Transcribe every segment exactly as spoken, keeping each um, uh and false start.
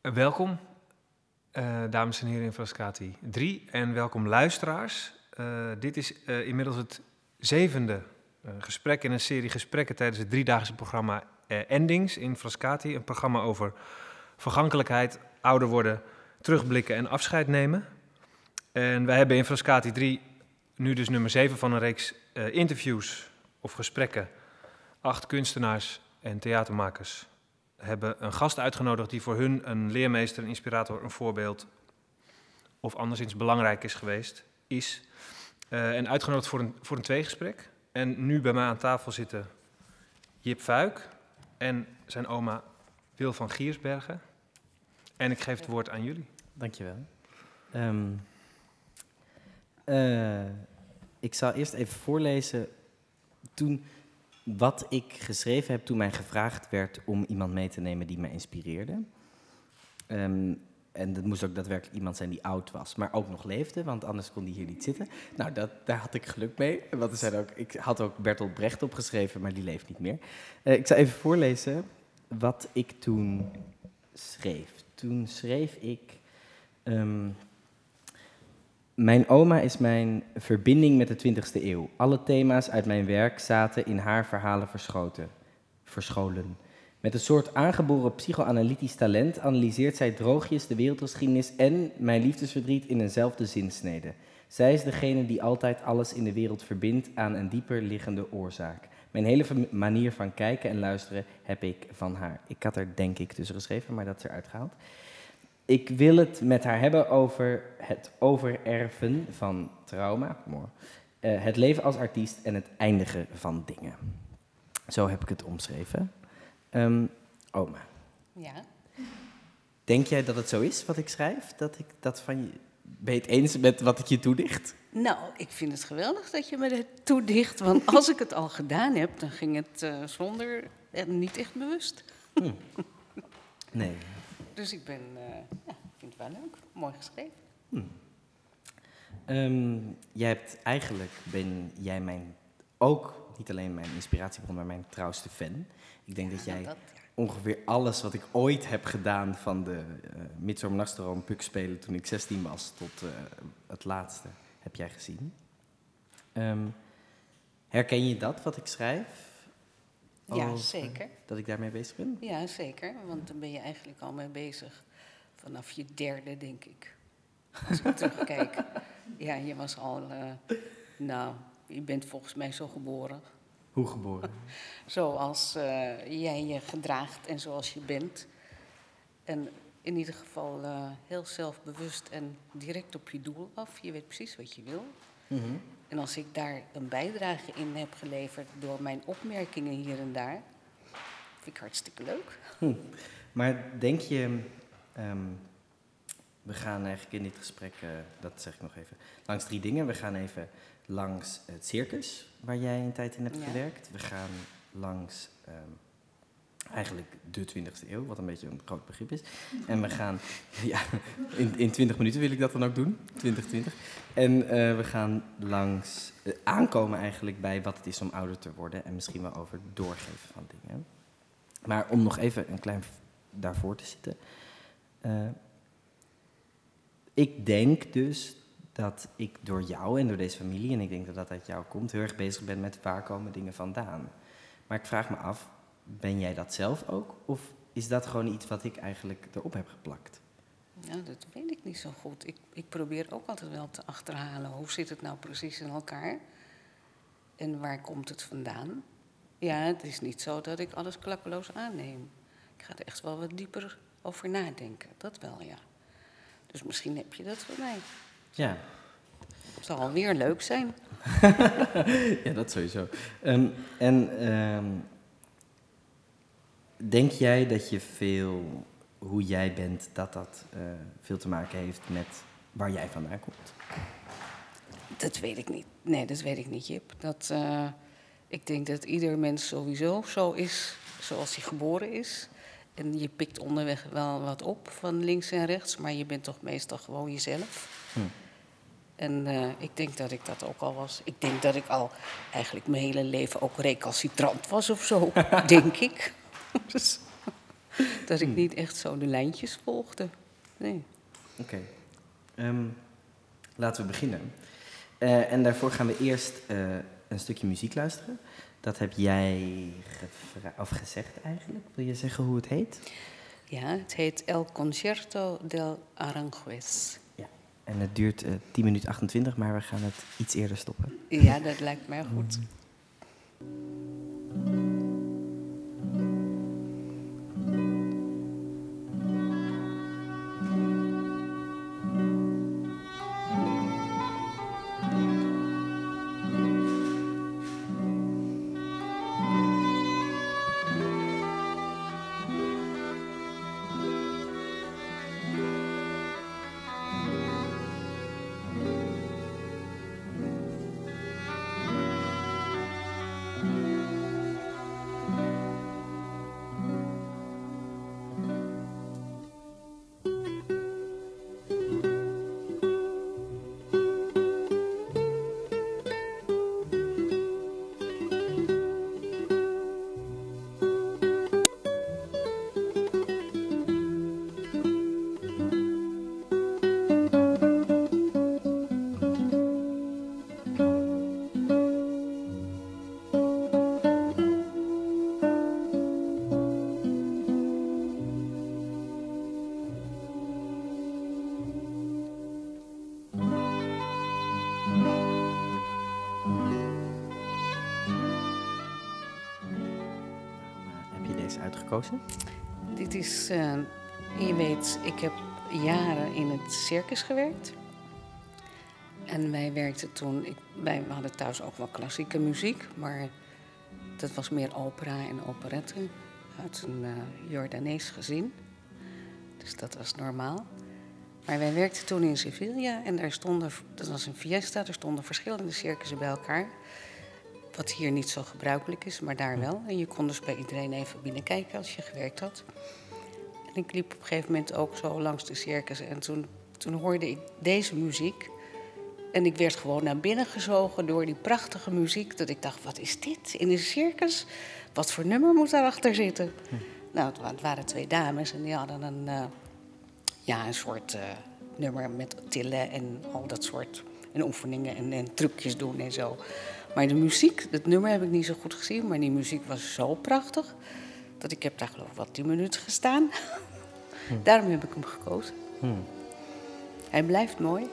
Uh, welkom, uh, dames en heren in Frascati drie en welkom luisteraars. Uh, dit is uh, inmiddels het zevende uh, gesprek in een serie gesprekken tijdens het driedaagse programma uh, Endings in Frascati. Een programma over vergankelijkheid, ouder worden, terugblikken en afscheid nemen. En wij hebben in Frascati drie nu dus nummer zeven van een reeks uh, interviews of gesprekken. Acht kunstenaars en theatermakers hebben een gast uitgenodigd die voor hun een leermeester, een inspirator, een voorbeeld of anderszins belangrijk is geweest, is. Uh, en uitgenodigd voor een, voor een tweegesprek. En nu bij mij aan tafel zitten Jip Fuik en zijn oma Wil van Giersbergen. En ik geef het woord aan jullie. Dankjewel. Um, uh, ik zal eerst even voorlezen toen, wat ik geschreven heb toen mij gevraagd werd om iemand mee te nemen die mij inspireerde. Um, en dat moest ook daadwerkelijk iemand zijn die oud was, maar ook nog leefde, want anders kon die hier niet zitten. Nou, dat, daar had ik geluk mee. Want er zijn ook, ik had ook Bertolt Brecht opgeschreven, maar die leeft niet meer. Uh, ik zal even voorlezen wat ik toen schreef. Toen schreef ik... Um, mijn oma is mijn verbinding met de twintigste eeuw. Alle thema's uit mijn werk zaten in haar verhalen verschoten, verscholen. Met een soort aangeboren psychoanalytisch talent analyseert zij droogjes de wereldgeschiedenis en mijn liefdesverdriet in eenzelfde zinsnede. Zij is degene die altijd alles in de wereld verbindt aan een dieper liggende oorzaak. Mijn hele manier van kijken en luisteren heb ik van haar. Ik had er denk ik tussen geschreven, maar dat is eruit gehaald. Ik wil het met haar hebben over het overerven van trauma, mooi, uh, het leven als artiest en het eindigen van dingen. Zo heb ik het omschreven. Um, oma. Ja. Denk jij dat het zo is wat ik schrijf? Dat ik dat van je, ben je het eens met wat ik je toedicht? Nou, ik vind het geweldig dat je me het toedicht, want als ik het al gedaan heb, dan ging het uh, zonder en niet echt bewust. Hmm. Nee. Dus ik ben, uh, ja, vind het wel leuk. Mooi geschreven. Hmm. Um, jij hebt eigenlijk, ben jij mijn, ook niet alleen mijn inspiratiebron, maar mijn trouwste fan. Ik denk ja, dat jij dat, ja. ongeveer alles wat ik ooit heb gedaan van de uh, Midsommernachtsdroom Puck spelen toen ik zestien was tot uh, het laatste, heb jij gezien. Um, herken je dat, wat ik schrijf? Ja, Of, zeker. Dat ik daarmee bezig ben? Ja, zeker. Want dan ben je eigenlijk al mee bezig vanaf je derde, denk ik. Als ik terugkijk. Ja, je was al... Uh, nou, je bent volgens mij zo geboren. Hoe geboren? Zoals uh, jij je gedraagt en zoals je bent. En in ieder geval uh, heel zelfbewust en direct op je doel af. Je weet precies wat je wil. Mm-hmm. En als ik daar een bijdrage in heb geleverd door mijn opmerkingen hier en daar, vind ik hartstikke leuk. Hm. Maar denk je, um, we gaan eigenlijk in dit gesprek, uh, dat zeg ik nog even, langs drie dingen. We gaan even langs het circus, waar jij een tijd in hebt ja. gewerkt. We gaan langs um, eigenlijk de twintigste eeuw, wat een beetje een groot begrip is. En we gaan, ja, in, in twintig minuten wil ik dat dan ook doen, twintig twintig. En uh, we gaan langs, uh, aankomen eigenlijk bij wat het is om ouder te worden en misschien wel over doorgeven van dingen. Maar om nog even een klein daarvoor te zitten. Uh, ik denk dus dat ik door jou en door deze familie, en ik denk dat dat uit jou komt, heel erg bezig ben met waar komen dingen vandaan. Maar ik vraag me af, ben jij dat zelf ook? Of is dat gewoon iets wat ik eigenlijk erop heb geplakt? Nou, dat weet ik niet zo goed. Ik, ik probeer ook altijd wel te achterhalen. Hoe zit het nou precies in elkaar? En waar komt het vandaan? Ja, het is niet zo dat ik alles klakkeloos aanneem. Ik ga er echt wel wat dieper over nadenken. Dat wel, ja. Dus misschien heb je dat voor mij. Ja. Het zal alweer leuk zijn. Ja, dat sowieso. Um, en um, denk jij dat je veel, hoe jij bent, dat dat uh, veel te maken heeft met waar jij vandaan komt? Dat weet ik niet. Nee, dat weet ik niet, Jip. Dat, uh, ik denk dat ieder mens sowieso zo is zoals hij geboren is. En je pikt onderweg wel wat op van links en rechts, maar je bent toch meestal gewoon jezelf. Hm. En uh, ik denk dat ik dat ook al was. Ik denk dat ik al eigenlijk mijn hele leven ook recalcitrant was of zo, denk ik. Dus. dat ik niet echt zo de lijntjes volgde. Nee. Oké. Okay. Um, laten we beginnen. Uh, en daarvoor gaan we eerst uh, een stukje muziek luisteren. Dat heb jij gevra- of gezegd eigenlijk. Wil je zeggen hoe het heet? Ja, het heet El Concierto del Aranjuez. Ja. En het duurt uh, tien minuten achtentwintig, maar we gaan het iets eerder stoppen. Ja, dat lijkt mij goed. Uitgekozen? Dit is, uh, je weet, ik heb jaren in het circus gewerkt. En wij werkten toen, ik, wij hadden thuis ook wel klassieke muziek, maar dat was meer opera en operette uit een uh, Jordanees gezin. Dus dat was normaal. Maar wij werkten toen in Sevilla en daar stonden, dat was een fiesta, er stonden verschillende circussen bij elkaar. Wat hier niet zo gebruikelijk is, maar daar wel. En je kon dus bij iedereen even binnenkijken als je gewerkt had. En ik liep op een gegeven moment ook zo langs de circus. En toen, toen hoorde ik deze muziek. En ik werd gewoon naar binnen gezogen door die prachtige muziek. Dat ik dacht, wat is dit in een circus? Wat voor nummer moet daarachter zitten? Hm. Nou, het waren twee dames en die hadden een, uh, ja, een soort uh, nummer met tillen en al dat soort en oefeningen en, en trucjes doen en zo. Maar de muziek, het nummer heb ik niet zo goed gezien, maar die muziek was zo prachtig dat ik heb daar geloof ik wat tien minuten gestaan. Hm. Daarom heb ik hem gekozen. Hm. Hij blijft mooi.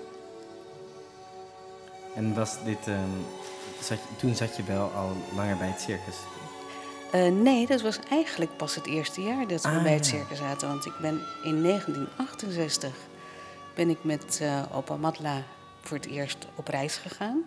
En was dit, um, zat, toen zat je wel al langer bij het circus? Uh, nee, dat was eigenlijk pas het eerste jaar dat we ah, bij het circus zaten. Want ik ben in negentien achtenzestig ben ik met uh, opa Matla voor het eerst op reis gegaan.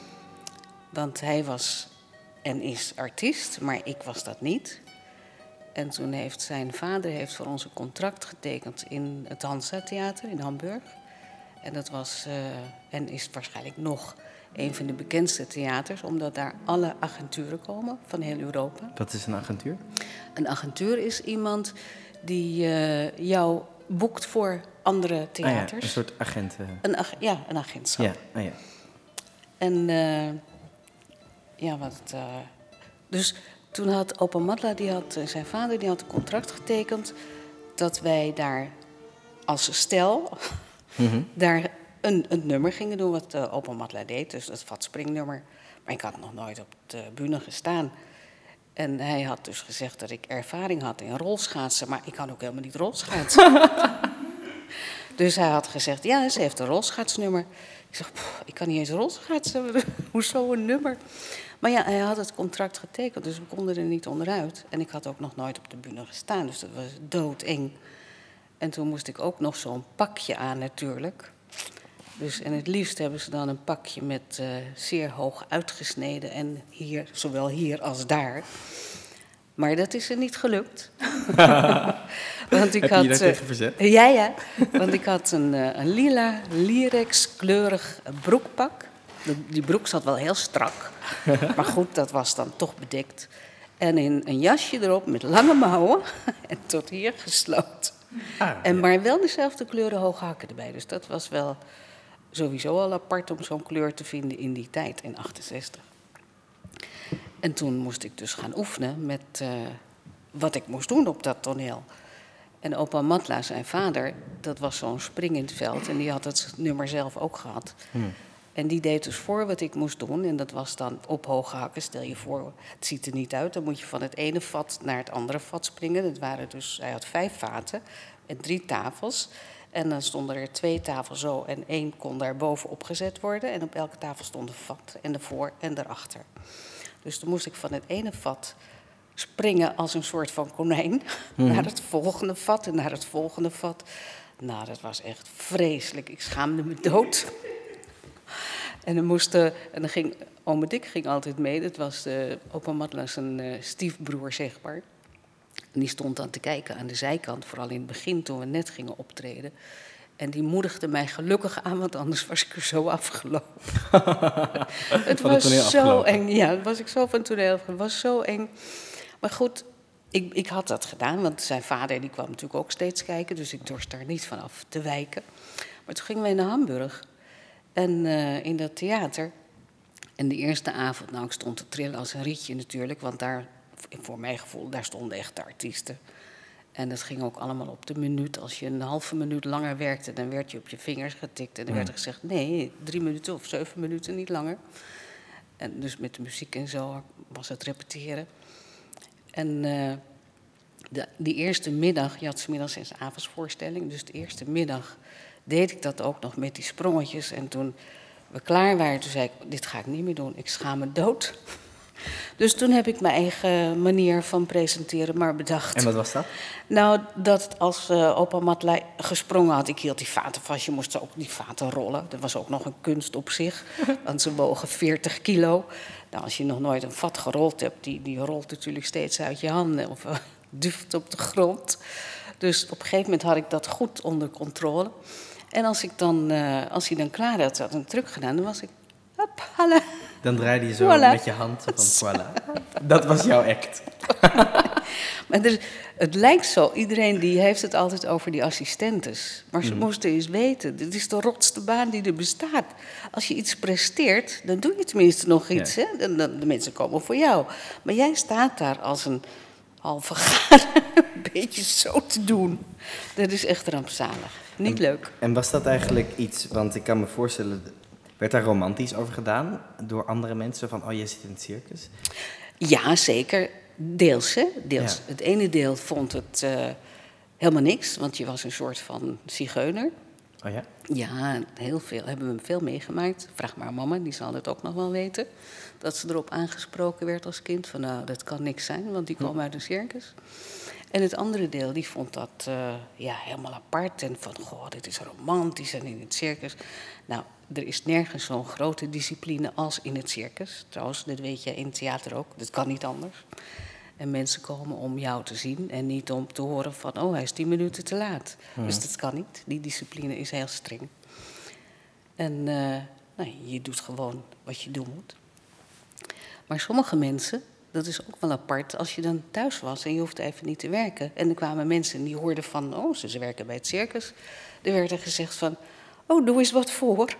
Want hij was en is artiest, maar ik was dat niet. En toen heeft zijn vader heeft voor ons een contract getekend in het Hansa Theater in Hamburg. En dat was uh, en is waarschijnlijk nog een van de bekendste theaters, omdat daar alle agenturen komen van heel Europa. Wat is een agentuur? Een agentuur is iemand die uh, jou boekt voor andere theaters. Ah ja, een soort agent. Uh... Een ag- ja, een agentschap. Ja, ah ja. En uh, ja, wat. Uh, dus toen had opa Matla, die had, uh, zijn vader, die had een contract getekend dat wij daar als stel mm-hmm. daar een, een nummer gingen doen wat uh, opa Matla deed, dus het vatspringnummer. Maar ik had nog nooit op de bühne gestaan. En hij had dus gezegd dat ik ervaring had in rolschaatsen, maar ik kan ook helemaal niet rolschaatsen. Dus hij had gezegd, ja, ze heeft een rolschaatsnummer. Ik zeg, ik kan niet eens rolschaatsen, hoezo een nummer? Maar ja, hij had het contract getekend, dus we konden er niet onderuit. En ik had ook nog nooit op de bühne gestaan, dus dat was doodeng. En toen moest ik ook nog zo'n pakje aan natuurlijk. Dus, en het liefst hebben ze dan een pakje met uh, zeer hoog uitgesneden. En hier, zowel hier als daar. Maar dat is er niet gelukt. Want ik Heb had, je je daar tegen verzet? Uh, ja, ja. Want ik had een, uh, een lila, lyrex kleurig broekpak. De, die broek zat wel heel strak. Maar goed, dat was dan toch bedekt. En in een jasje erop met lange mouwen. En tot hier gesloten. Ah, en ja. Maar wel dezelfde kleuren hoge hakken erbij. Dus dat was wel sowieso al apart om zo'n kleur te vinden in die tijd, in achtenzestig. En toen moest ik dus gaan oefenen met uh, wat ik moest doen op dat toneel. En opa Matla, zijn vader, dat was zo'n spring in het veld. En die had het nummer zelf ook gehad. Hmm. En die deed dus voor wat ik moest doen. En dat was dan op hoge hakken. Stel je voor, het ziet er niet uit. Dan moet je van het ene vat naar het andere vat springen. Dat waren dus, hij had vijf vaten en drie tafels. En dan stonden er twee tafels zo en één kon daar bovenop gezet worden. En op elke tafel stond een vat en ervoor en daarachter. Dus dan moest ik van het ene vat springen als een soort van konijn. Mm-hmm. Naar het volgende vat en naar het volgende vat. Nou, dat was echt vreselijk. Ik schaamde me dood. En dan moesten, en dan ging, ome Dick ging altijd mee. Dat was de, opa Matla zijn uh, stiefbroer, zeg maar. En die stond dan te kijken aan de zijkant, vooral in het begin toen we net gingen optreden. En die moedigde mij gelukkig aan, want anders was ik er zo afgelopen. Het was zo eng. Ja, dat was ik zo van het toneel afgelopen. Het was zo eng. Maar goed, ik, ik had dat gedaan, want zijn vader die kwam natuurlijk ook steeds kijken. Dus ik dorst daar niet van af te wijken. Maar toen gingen wij naar Hamburg. En uh, in dat theater. En de eerste avond, nou ik stond te trillen als een rietje natuurlijk. Want daar, voor mijn gevoel, daar stonden echte artiesten. En dat ging ook allemaal op de minuut. Als je een halve minuut langer werkte, dan werd je op je vingers getikt. En dan werd er gezegd, nee, drie minuten of zeven minuten, niet langer. En dus met de muziek en zo was het repeteren. En uh, de, die eerste middag, je had 's middags en 's avonds voorstelling. Dus de eerste middag deed ik dat ook nog met die sprongetjes. En toen we klaar waren, toen zei ik, dit ga ik niet meer doen. Ik schaam me dood. Dus toen heb ik mijn eigen manier van presenteren maar bedacht. En wat was dat? Nou, dat als uh, opa Matla gesprongen had, ik hield die vaten vast. Je moest ook die vaten rollen. Dat was ook nog een kunst op zich. Want ze wogen veertig kilo. Nou, als je nog nooit een vat gerold hebt, die, die rolt natuurlijk steeds uit je handen. Of uh, duft op de grond. Dus op een gegeven moment had ik dat goed onder controle. En als, ik dan, uh, als hij dan klaar had, had een truc gedaan, dan was ik... Hop, hallo. Dan draaide je zo voilà. met je hand van voilà. Dat was jouw act. Maar er, het lijkt zo, iedereen die heeft het altijd over die assistentes. Maar ze mm. moesten eens weten, dit is de rotste baan die er bestaat. Als je iets presteert, dan doe je tenminste nog iets. Ja. Hè? Dan, dan, de mensen komen voor jou. Maar jij staat daar als een halve gaar een beetje zo te doen. Dat is echt rampzalig. Niet en, leuk. En was dat eigenlijk iets, want ik kan me voorstellen... Werd daar romantisch over gedaan door andere mensen? Van, oh, jij zit in het circus? Ja, zeker. Deels, hè. Deels. Ja. Het ene deel vond het uh, helemaal niks, want je was een soort van zigeuner. Oh ja? Ja, heel veel. Hebben we veel meegemaakt. Vraag maar aan mama, die zal het ook nog wel weten. Dat ze erop aangesproken werd als kind. Van, nou, dat kan niks zijn, want die kwam hm. uit een circus. En het andere deel, die vond dat uh, ja, helemaal apart. En van, goh, dit is romantisch en in het circus. Nou, er is nergens zo'n grote discipline als in het circus. Trouwens, dat weet je in het theater ook. Dat kan niet anders. En mensen komen om jou te zien en niet om te horen van... oh, hij is tien minuten te laat. Hmm. Dus dat kan niet. Die discipline is heel streng. En uh, nou, je doet gewoon wat je doen moet. Maar sommige mensen, dat is ook wel apart... als je dan thuis was en je hoefde even niet te werken... en er kwamen mensen en die hoorden van... oh, ze, ze werken bij het circus. Er werd er gezegd van... oh, doe eens wat voor.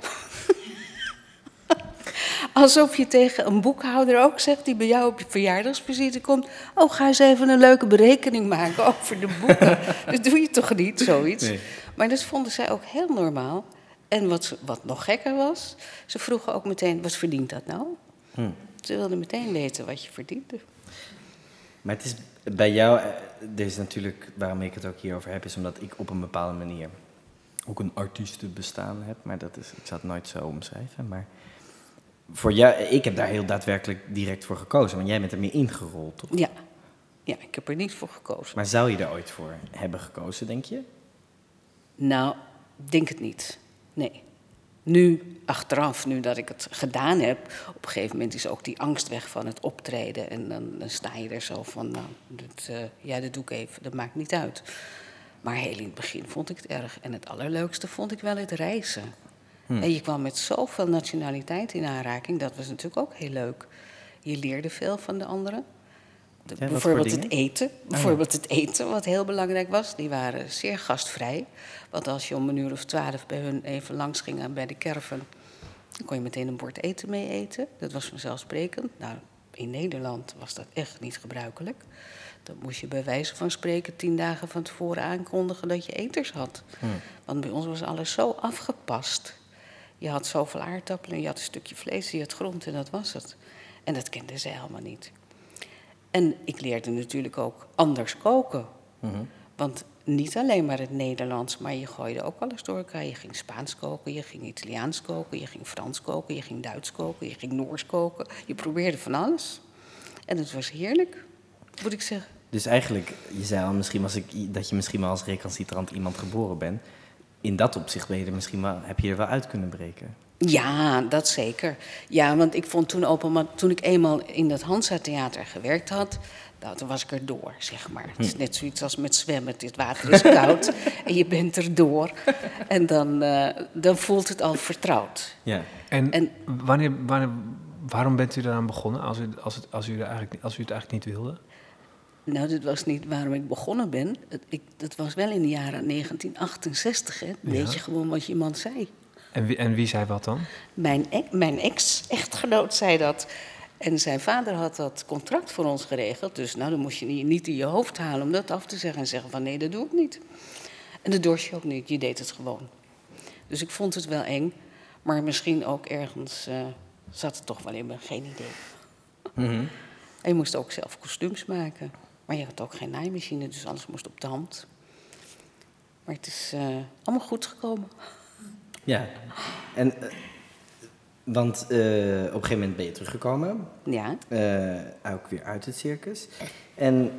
Alsof je tegen een boekhouder ook zegt... die bij jou op je verjaardagsvisite komt... oh, ga eens even een leuke berekening maken over de boeken. Dat doe je toch niet, zoiets? Nee. Maar dat vonden zij ook heel normaal. En wat, wat nog gekker was... ze vroegen ook meteen, wat verdient dat nou? Hm. Ze wilden meteen weten wat je verdiende. Maar het is bij jou... Er is natuurlijk, waarom ik het ook hierover heb... is omdat ik op een bepaalde manier... ook een artiestenbestaan heb, maar dat is, ik zou het nooit zo omschrijven. Maar voor jou, ik heb daar heel daadwerkelijk direct voor gekozen, want jij bent er meer ingerold, toch? Ja. Ja, ik heb er niet voor gekozen. Maar zou je er ooit voor hebben gekozen, denk je? Nou, denk het niet. Nee. Nu, achteraf, nu dat ik het gedaan heb, op een gegeven moment is ook die angst weg van het optreden. En dan, dan sta je er zo van, nou, dat, uh, ja, dat doe ik even, dat maakt niet uit. Maar heel in het begin vond ik het erg. En het allerleukste vond ik wel het reizen. Hmm. En je kwam met zoveel nationaliteit in aanraking. Dat was natuurlijk ook heel leuk. Je leerde veel van de anderen. De, ja, bijvoorbeeld het eten. Bijvoorbeeld oh, ja. het eten, wat heel belangrijk was. Die waren zeer gastvrij. Want als je om een uur of twaalf bij hun even langs ging bij de caravan... dan kon je meteen een bord eten mee eten. Dat was vanzelfsprekend. Nou, in Nederland was dat echt niet gebruikelijk. Dan moest je bij wijze van spreken tien dagen van tevoren aankondigen dat je eters had. Hmm. Want bij ons was alles zo afgepast. Je had zoveel aardappelen, je had een stukje vlees, je had grond en dat was het. En dat kenden zij helemaal niet. En ik leerde natuurlijk ook anders koken. Mm-hmm. Want niet alleen maar het Nederlands, maar je gooide ook alles door elkaar. Je ging Spaans koken, je ging Italiaans koken, je ging Frans koken, je ging Duits koken, je ging Noors koken. Je probeerde van alles. En het was heerlijk, moet ik zeggen. Dus eigenlijk, je zei al misschien was ik, dat je misschien wel als recalcitrant iemand geboren bent. In dat opzicht ben je er misschien wel, heb je er wel uit kunnen breken. Ja, dat zeker. Ja, want ik vond toen open, toen ik eenmaal in dat Hansa-theater gewerkt had, nou, toen was ik er door, zeg maar. Het is net zoiets als met zwemmen. Het water is koud en je bent er door. En dan, uh, dan voelt het al vertrouwd. Ja. En, En- wanneer, wanneer, waarom bent u eraan begonnen als u, als, het, als, u er eigenlijk, als u het eigenlijk niet wilde? Nou, dat was niet waarom ik begonnen ben. Het, ik, dat was wel in de jaren negentien achtenzestig, hè. Dan Ja. weet je gewoon wat je iemand zei. En wie, en wie zei wat dan? Mijn, ex- mijn ex-echtgenoot zei dat. En zijn vader had dat contract voor ons geregeld. Dus nou, dan moest je niet, niet in je hoofd halen om dat af te zeggen. En zeggen van nee, dat doe ik niet. En dat dorst je ook niet, je deed het gewoon. Dus ik vond het wel eng. Maar misschien ook ergens uh, zat het toch wel in me, geen idee. Mm-hmm. En je moest ook zelf kostuums maken. Maar je had ook geen naaimachine, dus alles moest op de hand. Maar het is uh, allemaal goed gekomen. Ja. En, uh, want uh, op een gegeven moment ben je teruggekomen. Ja. Uh, ook weer uit het circus. En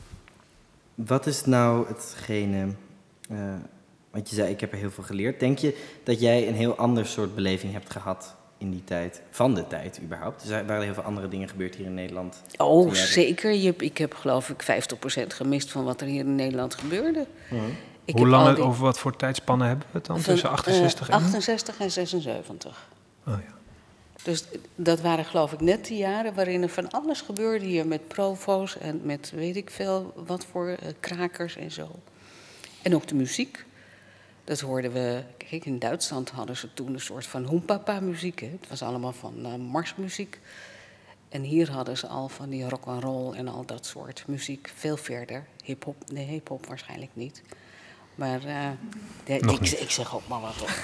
wat is nou hetgene... Uh, want je zei, ik heb er heel veel geleerd. Denk je dat jij een heel ander soort beleving hebt gehad in die tijd? Van de tijd überhaupt? Dus er waren heel veel andere dingen gebeurd hier in Nederland. Oh, jij... zeker. Je, ik heb geloof ik vijftig procent gemist van wat er hier in Nederland gebeurde. Mm-hmm. Ik Hoe heb lang, al die... over wat voor tijdspannen hebben we het dan? Van, Tussen achtenzestig uh, en... achtenzestig en zesenzeventig. Oh ja. Dus dat waren geloof ik net die jaren waarin er van alles gebeurde hier. Met provo's en met weet ik veel wat voor uh, krakers en zo. En ook de muziek. Dat hoorden we... Kijk, in Duitsland hadden ze toen een soort van hoempapa-muziek. Hè? Het was allemaal van uh, marsmuziek. En hier hadden ze al van die rock and roll en al dat soort muziek. Veel verder. Hip-hop, nee, hip-hop waarschijnlijk niet. Maar uh, de, ik, niet. ik zeg ook maar wat op.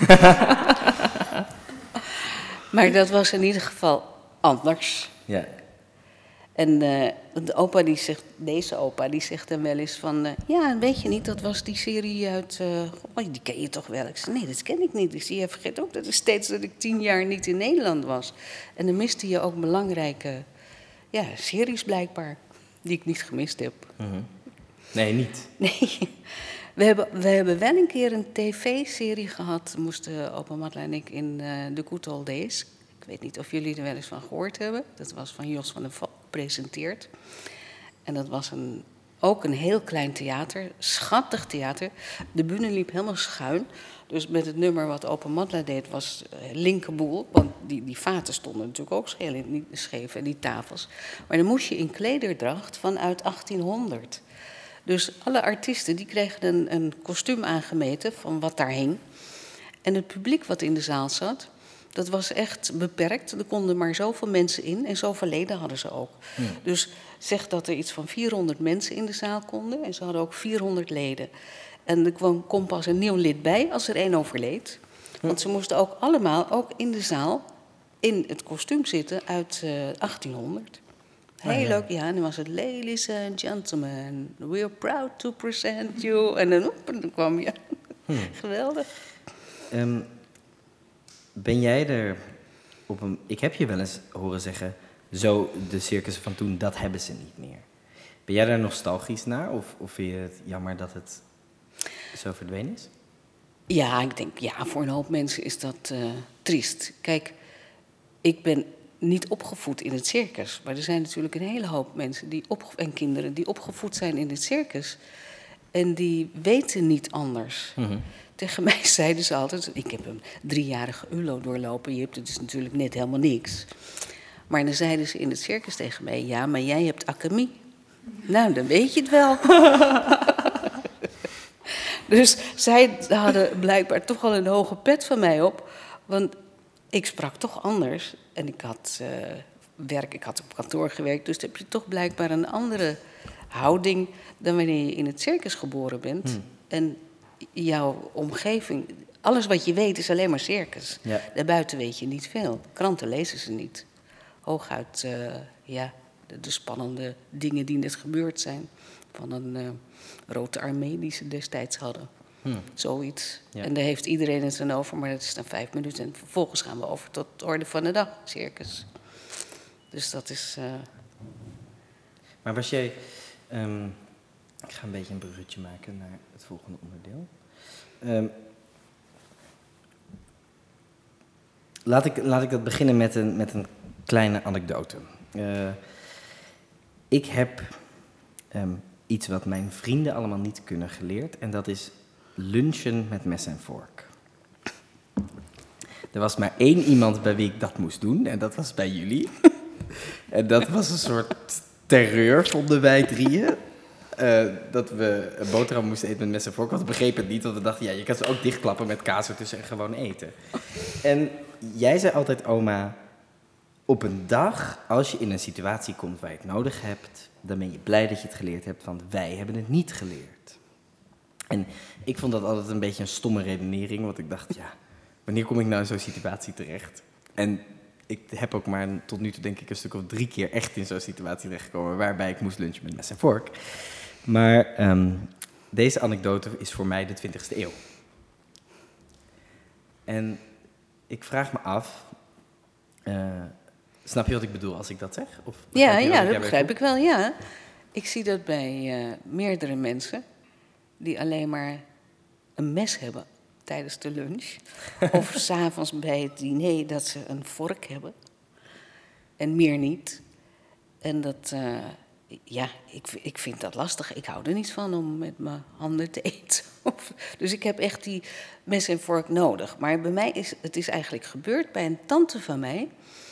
Maar dat was in ieder geval anders. Ja. En uh, de opa die zegt, deze opa, die zegt dan wel eens van... Uh, ja, weet je niet, dat was die serie uit... Uh, oh, die ken je toch wel? Ik zeg, nee, dat ken ik niet. Dus je vergeet ook dat het steeds dat ik tien jaar niet in Nederland was. En dan miste je ook belangrijke ja, series blijkbaar, die ik niet gemist heb. Mm-hmm. Nee, niet. Nee, we hebben, we hebben wel een keer een tv-serie gehad... moesten opa Matla en ik in uh, The Good Old Days... Ik weet niet of jullie er wel eens van gehoord hebben. Dat was van Jos van der Valk gepresenteerd. En dat was een, ook een heel klein theater, schattig theater. De bühne liep helemaal schuin. Dus met het nummer wat Opa Matla deed was uh, linkerboel. Want die, die vaten stonden natuurlijk ook scheef en die tafels. Maar dan moest je in klederdracht vanuit achttienhonderd. Dus alle artiesten die kregen een, een kostuum aangemeten van wat daar hing. En het publiek wat in de zaal zat... Dat was echt beperkt. Er konden maar zoveel mensen in en zoveel leden hadden ze ook. Ja. Dus zeg dat er iets van vierhonderd mensen in de zaal konden... en ze hadden ook vierhonderd leden. En er kwam, kwam pas een nieuw lid bij als er één overleed. Want ze moesten ook allemaal, ook in de zaal... in het kostuum zitten uit uh, achttienhonderd. Heel ah, ja. leuk, ja. En dan was het... Ladies and gentlemen, we are proud to present you... En dan, op, en dan kwam je. Hmm. Geweldig. Um, Ben jij er op een... Ik heb je wel eens horen zeggen... Zo, de circussen van toen, dat hebben ze niet meer. Ben jij daar nostalgisch naar? Of, of vind je het jammer dat het zo verdwenen is? Ja, ik denk, ja, voor een hoop mensen is dat uh, triest. Kijk, ik ben niet opgevoed in het circus. Maar er zijn natuurlijk een hele hoop mensen die opge- en kinderen... die opgevoed zijn in het circus. En die weten niet anders. Mm-hmm. Tegen mij zeiden ze altijd... Ik heb een driejarige U L O doorlopen. Je hebt het dus natuurlijk net helemaal niks. Maar dan zeiden ze in het circus tegen mij... Ja, maar jij hebt academie. Nou, dan weet je het wel. Dus zij hadden blijkbaar toch al een hoge pet van mij op. Want ik sprak toch anders. En ik had uh, werk, ik had op kantoor gewerkt, dus dan heb je toch blijkbaar een andere houding dan wanneer je in het circus geboren bent. Hmm. En jouw omgeving, alles wat je weet is alleen maar circus. Ja. Daarbuiten weet je niet veel. Kranten lezen ze niet. Hooguit uh, ja, de, de spannende dingen die net gebeurd zijn. Van een uh, Rode Armee die ze destijds hadden. Hmm. Zoiets. Ja. En daar heeft iedereen het dan over, maar dat is dan vijf minuten. En vervolgens gaan we over tot de orde van de dag, circus. Dus dat is... Uh... Maar was jij... Um, ik ga een beetje een bruggetje maken naar het volgende onderdeel. Um, laat, ik, laat ik dat beginnen met een, met een kleine anekdote. Uh, ik heb um, iets wat mijn vrienden allemaal niet kunnen geleerd. En dat is lunchen met mes en vork. Er was maar één iemand bij wie ik dat moest doen. En dat was bij jullie. En dat was een soort terreur, vonden wij drieën. Uh, dat we een boterham moesten eten met mes en vork. Want we begrepen het niet, want we dachten, ja, je kan ze ook dichtklappen met kaas ertussen en gewoon eten. En jij zei altijd, oma, op een dag, als je in een situatie komt waar je het nodig hebt, dan ben je blij dat je het geleerd hebt, want wij hebben het niet geleerd. En ik vond dat altijd een beetje een stomme redenering, want ik dacht, ja, wanneer kom ik nou in zo'n situatie terecht? En ik heb ook maar tot nu toe denk ik een stuk of drie keer echt in zo'n situatie terechtgekomen waarbij ik moest lunchen met mes en vork. Maar um, deze anekdote is voor mij de twintigste eeuw. En ik vraag me af, uh, snap je wat ik bedoel als ik dat zeg? Of ja, ja, dat begrijp ik wel, ja. Ik zie dat bij uh, meerdere mensen die alleen maar een mes hebben tijdens de lunch. Of 's avonds bij het diner dat ze een vork hebben. En meer niet. En dat, uh, ja, ik, ik vind dat lastig. Ik hou er niet van om met mijn handen te eten. Dus ik heb echt die mes en vork nodig. Maar bij mij is het is eigenlijk gebeurd bij een tante van mij.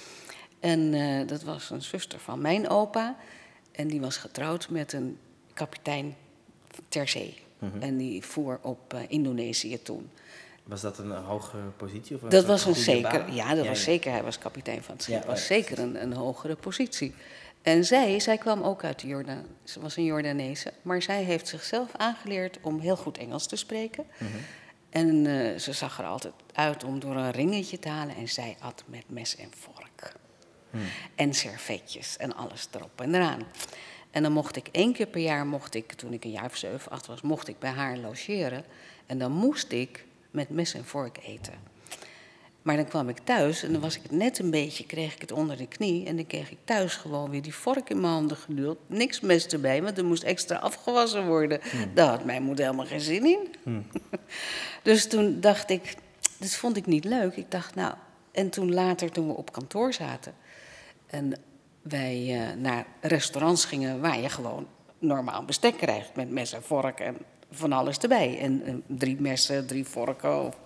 En uh, dat was een zuster van mijn opa. En die was getrouwd met een kapitein ter zee. Mm-hmm. En die voer op uh, Indonesië toen. Was dat een hogere positie? Of was dat dat was een zeker, baan? ja, dat ja, was ja. zeker. Hij was kapitein van het schip. Dat Ja, was ja, zeker een, een hogere positie. En zij, zij kwam ook uit de Jordaan. Ze was een Jordaanese. Maar zij heeft zichzelf aangeleerd om heel goed Engels te spreken. Mm-hmm. En uh, ze zag er altijd uit om door een ringetje te halen. En zij at met mes en vork. Hmm. En servetjes en alles erop en eraan. En dan mocht ik één keer per jaar, mocht ik, toen ik een jaar of zeven, acht was, mocht ik bij haar logeren. En dan moest ik met mes en vork eten. Maar dan kwam ik thuis en dan was ik het net een beetje, kreeg ik het onder de knie. En dan kreeg ik thuis gewoon weer die vork in mijn handen geduld. Niks mes erbij, want er moest extra afgewassen worden. Hmm. Daar had mijn moeder helemaal geen zin in. Hmm. Dus toen dacht ik, dat vond ik niet leuk. Ik dacht, nou, en toen later, toen we op kantoor zaten en wij uh, naar restaurants gingen waar je gewoon normaal bestek krijgt met mes en vork en van alles erbij. En uh, drie messen, drie vorken. Of...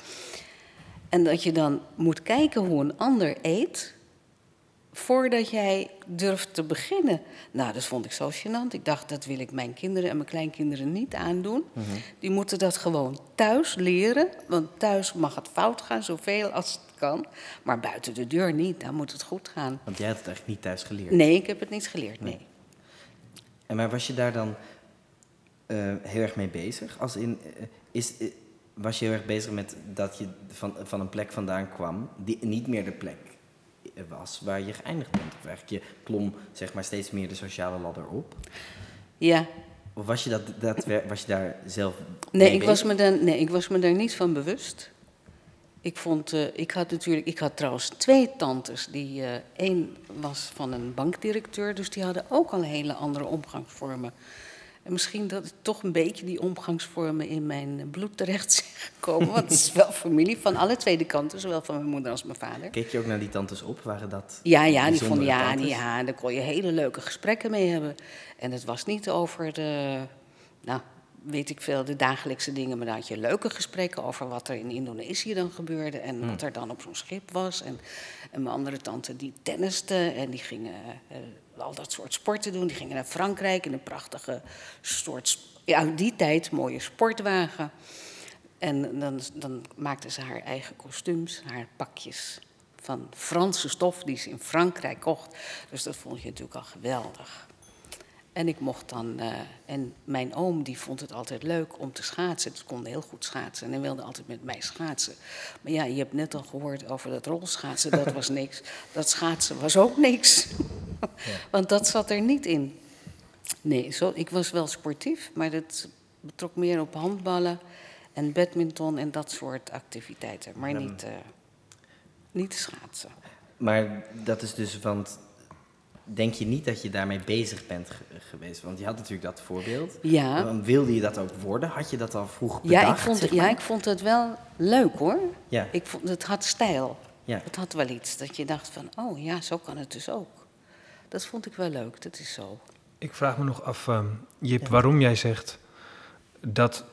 En dat je dan moet kijken hoe een ander eet voordat jij durft te beginnen. Nou, dat vond ik zo gênant. Ik dacht, dat wil ik mijn kinderen en mijn kleinkinderen niet aandoen. Mm-hmm. Die moeten dat gewoon thuis leren. Want thuis mag het fout gaan, zoveel als het kan. Maar buiten de deur niet, daar moet het goed gaan. Want jij had het eigenlijk niet thuis geleerd? Nee, ik heb het niet geleerd, nee. nee. En maar was je daar dan uh, heel erg mee bezig? Als in, uh, is, uh, was je heel erg bezig met dat je van, van een plek vandaan kwam die niet meer de plek was waar je geëindigd bent? Of eigenlijk je klom zeg maar steeds meer de sociale ladder op? Ja. Of was je, dat, dat, was je daar zelf nee, mee ik was me daar, nee, ik was me daar niet van bewust. Ik vond, uh, ik had natuurlijk, ik had trouwens twee tantes. Die, uh, één was van een bankdirecteur, dus die hadden ook al hele andere omgangsvormen. En misschien dat het toch een beetje die omgangsvormen in mijn bloed terecht zijn gekomen. Want het is wel familie van alle twee de kanten, zowel van mijn moeder als mijn vader. Keek je ook naar die tantes op? Waren dat Ja, ja, die vonden, ja, die, ja, daar kon je hele leuke gesprekken mee hebben. En het was niet over de, nou, weet ik veel, de dagelijkse dingen. Maar daar had je leuke gesprekken over wat er in Indonesië dan gebeurde. En hmm. wat er dan op zo'n schip was. En, en mijn andere tante die tenniste en die gingen uh, al dat soort sporten doen. Die gingen naar Frankrijk in een prachtige soort, ja, uit die tijd mooie sportwagen. En dan, dan maakte ze haar eigen kostuums, haar pakjes van Franse stof die ze in Frankrijk kocht. Dus dat vond je natuurlijk al geweldig. En ik mocht dan, uh, en mijn oom die vond het altijd leuk om te schaatsen. Ze kon heel goed schaatsen en hij wilde altijd met mij schaatsen. Maar ja, je hebt net al gehoord over dat rolschaatsen, dat was niks. Dat schaatsen was ook niks. Ja. Want dat zat er niet in. Nee, zo, ik was wel sportief, maar dat betrok meer op handballen en badminton en dat soort activiteiten. Maar niet, uh, niet schaatsen. Maar dat is dus, want denk je niet dat je daarmee bezig bent ge- geweest? Want je had natuurlijk dat voorbeeld. Ja. Dan wilde je dat ook worden? Had je dat al vroeg bedacht? Ja, ik vond, zeg ja, maar? ik vond het wel leuk hoor. Ja. Ik vond, het had stijl. Ja. Het had wel iets dat je dacht van, oh ja, zo kan het dus ook. Dat vond ik wel leuk, dat is zo. Ik vraag me nog af, um, Jip, Ja. waarom jij zegt dat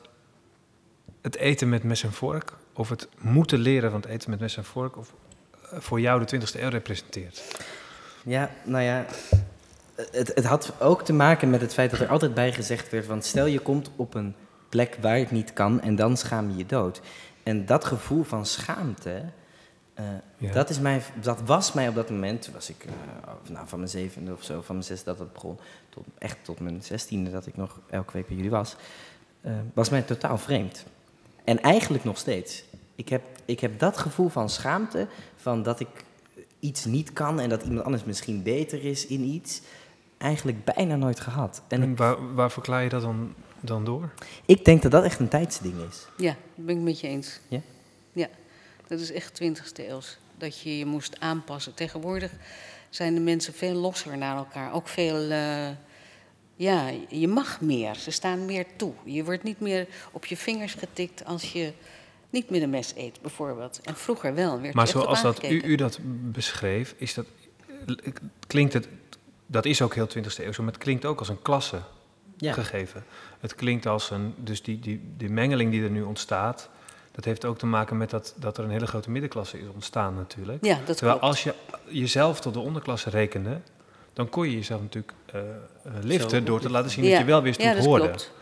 het eten met mes en vork, of het moeten leren van het eten met mes en vork, of uh, voor jou de twintigste eeuw representeert. Ja, nou ja, het, het had ook te maken met het feit dat er altijd bij gezegd werd, want stel je komt op een plek waar het niet kan en dan schaam je je dood. En dat gevoel van schaamte, uh, Ja. dat, is mij, dat was mij op dat moment, toen was ik uh, nou, van mijn zevende of zo, van mijn zesde dat het begon, tot, echt tot mijn zestiende dat ik nog elke week bij jullie was, uh, was mij totaal vreemd. En eigenlijk nog steeds. Ik heb, ik heb dat gevoel van schaamte, van dat ik iets niet kan en dat iemand anders misschien beter is in iets, eigenlijk bijna nooit gehad. En En ik, waar, waar verklaar je dat dan, dan door? ik denk dat dat echt een tijdsding is. Ja, dat ben ik met je eens. Ja? Ja, dat is echt twintigste eeuws. Dat je je moest aanpassen. Tegenwoordig zijn de mensen veel losser naar elkaar. Ook veel, uh, ja, je mag meer. Ze staan meer toe. Je wordt niet meer op je vingers getikt als je niet met een mes eet, bijvoorbeeld. En vroeger wel. Werd Maar je echt zoals op dat u, aangekeken. u dat beschreef, is dat, klinkt het, dat is ook heel twintigste eeuw zo, maar het klinkt ook als een klasse Ja. gegeven. Het klinkt als een, dus die, die, die mengeling die er nu ontstaat, dat heeft ook te maken met dat, dat er een hele grote middenklasse is ontstaan natuurlijk. Ja, dat Terwijl klopt. als je jezelf tot de onderklasse rekende, dan kon je jezelf natuurlijk uh, liften Zo. door te laten zien Ja. dat je wel wist Ja, hoe het dat hoorde. klopt.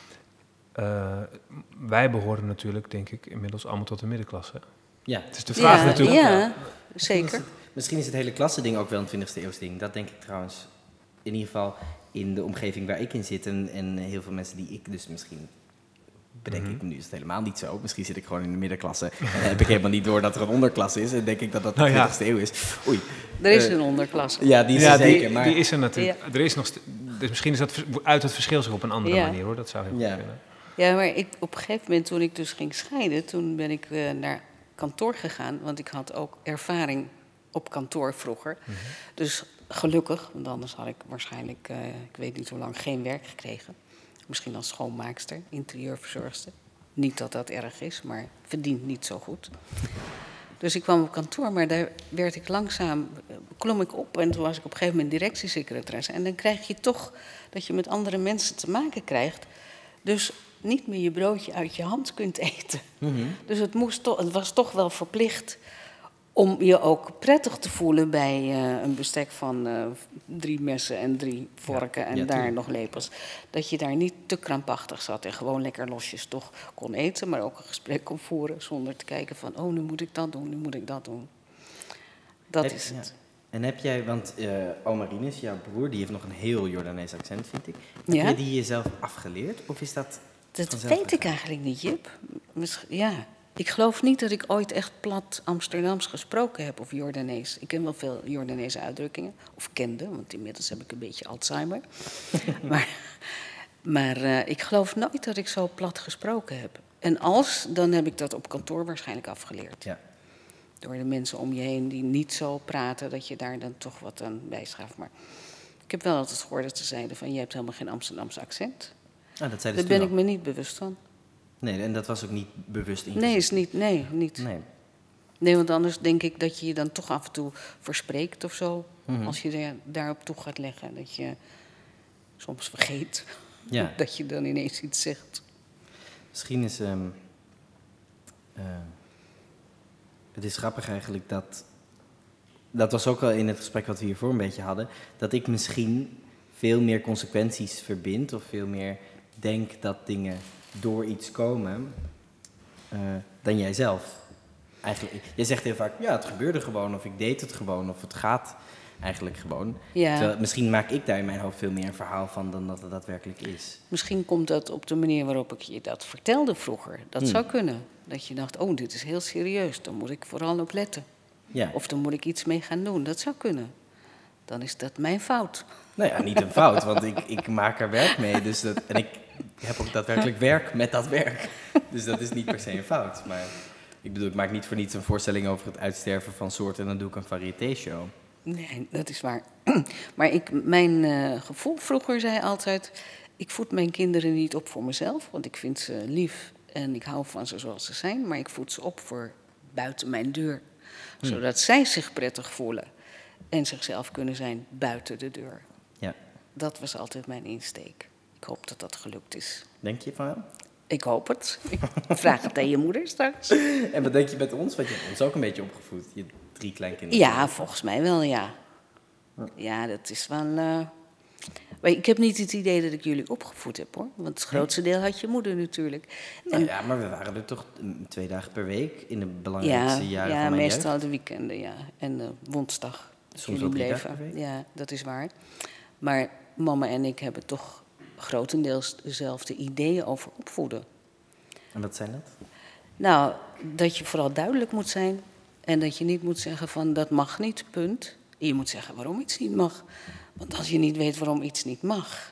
Uh, wij behoren natuurlijk, denk ik, inmiddels allemaal tot de middenklasse. Ja. Het is de vraag ja, natuurlijk. Ja, Misschien is zeker. het- Misschien is het hele klasse-ding ook wel een twintigste eeuws ding. Dat denk ik trouwens in ieder geval in de omgeving waar ik in zit. En, en heel veel mensen die ik dus misschien... Bedenk Mhm. ik me nu is het helemaal niet zo. Misschien zit ik gewoon in de middenklasse. En heb ik helemaal niet door dat er een onderklasse is. En denk ik dat dat de Nou ja. twintigste eeuw is. Oei. Er is Eh, een onderklasse. Ja, die is Ja, er die, zeker. Maar die is er natuurlijk. Er is nog st- dus misschien is dat vers- uit het verschil zich op een andere Ja. manier hoor. Dat zou heel goed Ja. kunnen. Ja, maar ik, op een gegeven moment toen ik dus ging scheiden, toen ben ik uh, naar kantoor gegaan, want ik had ook ervaring op kantoor vroeger. Mhm. Dus gelukkig, want anders had ik waarschijnlijk, uh, ik weet niet hoe lang, geen werk gekregen. Misschien als schoonmaakster, interieurverzorgster. Niet dat dat erg is, maar verdient niet zo goed. Dus ik kwam op kantoor, maar daar werd ik langzaam, klom ik op en toen was ik op een gegeven moment directiesecretaresse. En dan krijg je toch dat je met andere mensen te maken krijgt. Dus niet meer je broodje uit je hand kunt eten. Mhm. Dus het, moest to- het was toch wel verplicht om je ook prettig te voelen bij uh, een bestek van uh, drie messen en drie vorken en ja, daar tuurlijk. nog lepels. Dat je daar niet te krampachtig zat en gewoon lekker losjes toch kon eten, maar ook een gesprek kon voeren zonder te kijken van, oh, nu moet ik dat doen, nu moet ik dat doen. Dat Heb- is ja. het. En heb jij, want uh, Omarinus, jouw broer, die heeft nog een heel Jordanees accent, vind ik. Heb Ja? jij die jezelf afgeleerd? Of is dat... Dat vanzelf weet ik gegaan? eigenlijk niet, Jip. Miss- Ja, ik geloof niet dat ik ooit echt plat Amsterdams gesproken heb of Jordanees. Ik ken wel veel Jordaanese uitdrukkingen, of kende, want inmiddels heb ik een beetje Alzheimer. maar maar uh, ik geloof nooit dat ik zo plat gesproken heb. En als, dan heb ik dat op kantoor waarschijnlijk afgeleerd. Ja. Door de mensen om je heen die niet zo praten, dat je daar dan toch wat aan bijschaft. Maar ik heb wel altijd gehoord dat ze zeiden van, je hebt helemaal geen Amsterdamse accent. Ah, dat zei Daar dus ben toen ik al. me niet bewust van. Nee, en dat was ook niet bewust ingezet. Nee, is niet, nee, niet. Nee. Nee, want anders denk ik dat je je dan toch af en toe verspreekt of zo. Mhm. Als je daar, daarop toe gaat leggen. Dat je soms vergeet Ja. dat je dan ineens iets zegt. Misschien is... ehm, eh, het is grappig eigenlijk dat... Dat was ook wel in het gesprek wat we hiervoor een beetje hadden. Dat ik misschien veel meer consequenties verbind. Of veel meer denk dat dingen door iets komen. eh, dan jij zelf. Eigenlijk, je zegt heel vaak, ja, het gebeurde gewoon, of ik deed het gewoon, of het gaat eigenlijk gewoon. Ja. Terwijl, misschien maak ik daar in mijn hoofd veel meer een verhaal van dan dat het daadwerkelijk is. Misschien komt dat op de manier waarop ik je dat vertelde vroeger. Dat Hmm. zou kunnen. Dat je dacht, oh, dit is heel serieus, daar moet ik vooral op letten. Ja. Of dan moet ik iets mee gaan doen. Dat zou kunnen. Dan is dat mijn fout. Nou ja, niet een fout, want ik, ik maak er werk mee. Dus dat, en ik heb ook daadwerkelijk werk met dat werk. Dus dat is niet per se een fout. Maar ik bedoel, ik maak niet voor niets een voorstelling over het uitsterven van soorten en dan doe ik een variété-show. Nee, dat is waar. Maar ik, mijn uh, gevoel vroeger zei altijd... ik voed mijn kinderen niet op voor mezelf, want ik vind ze lief... en ik hou van ze zoals ze zijn, maar ik voed ze op voor buiten mijn deur. Hmm. Zodat zij zich prettig voelen en zichzelf kunnen zijn buiten de deur. Ja. Dat was altijd mijn insteek. Ik hoop dat dat gelukt is. Denk je van wel? Ik hoop het. Ik vraag het aan je moeder straks. En wat denk je met ons? Want je hebt ons ook een beetje opgevoed, je drie kleinkinderen. Ja, volgens mij wel, ja. Ja, dat is wel... Uh... Maar ik heb niet het idee dat ik jullie opgevoed heb, hoor. Want het grootste deel had je moeder natuurlijk. Nou en... ja, maar we waren er toch twee dagen per week in de belangrijkste ja, jaren ja, van mijn jeugd. Ja, meestal de weekenden, ja. En uh, woensdag. Soms ook drie dagen per week. Ja, dat is waar. Maar mama en ik hebben toch grotendeels dezelfde ideeën over opvoeden. En wat zijn dat? Nou, dat je vooral duidelijk moet zijn. En dat je niet moet zeggen van dat mag niet, punt. Je moet zeggen waarom iets niet mag. Want als je niet weet waarom iets niet mag,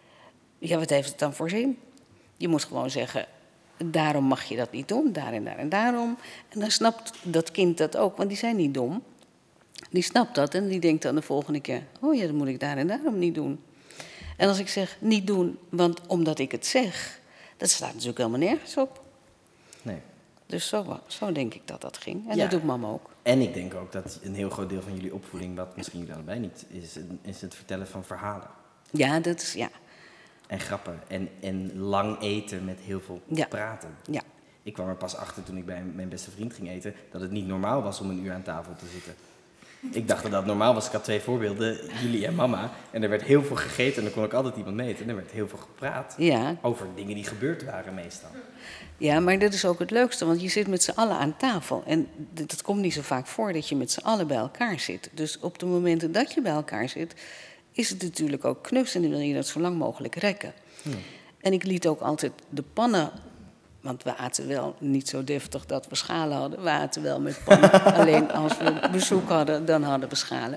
ja, wat heeft het dan voor zin? Je moet gewoon zeggen, daarom mag je dat niet doen, daar en daar en daarom. En dan snapt dat kind dat ook, want die zijn niet dom. Die snapt dat en die denkt dan de volgende keer, oh ja, dat moet ik daar en daarom niet doen. En als ik zeg niet doen, want omdat ik het zeg, dat staat natuurlijk helemaal nergens op. Nee. Dus zo, zo denk ik dat dat ging. En ja. dat doet mama ook. En ik denk ook dat een heel groot deel van jullie opvoeding, wat misschien jullie allebei niet, is, is het vertellen van verhalen. Ja, dat is, ja. En grappen. En, en lang eten met heel veel ja. praten. Ja. Ik kwam er pas achter toen ik bij mijn beste vriend ging eten, dat het niet normaal was om een uur aan tafel te zitten. Ik dacht dat dat normaal was. Ik had twee voorbeelden, jullie en mama. En er werd heel veel gegeten en er kon ook altijd iemand mee eten. En er werd heel veel gepraat ja. over dingen die gebeurd waren meestal. Ja, maar dat is ook het leukste, want je zit met z'n allen aan tafel. En dat komt niet zo vaak voor dat je met z'n allen bij elkaar zit. Dus op de momenten dat je bij elkaar zit, is het natuurlijk ook knus en dan wil je dat zo lang mogelijk rekken. Hmm. En ik liet ook altijd de pannen, want we aten wel niet zo deftig dat we schalen hadden. We aten wel met pannen, alleen als we bezoek hadden, dan hadden we schalen.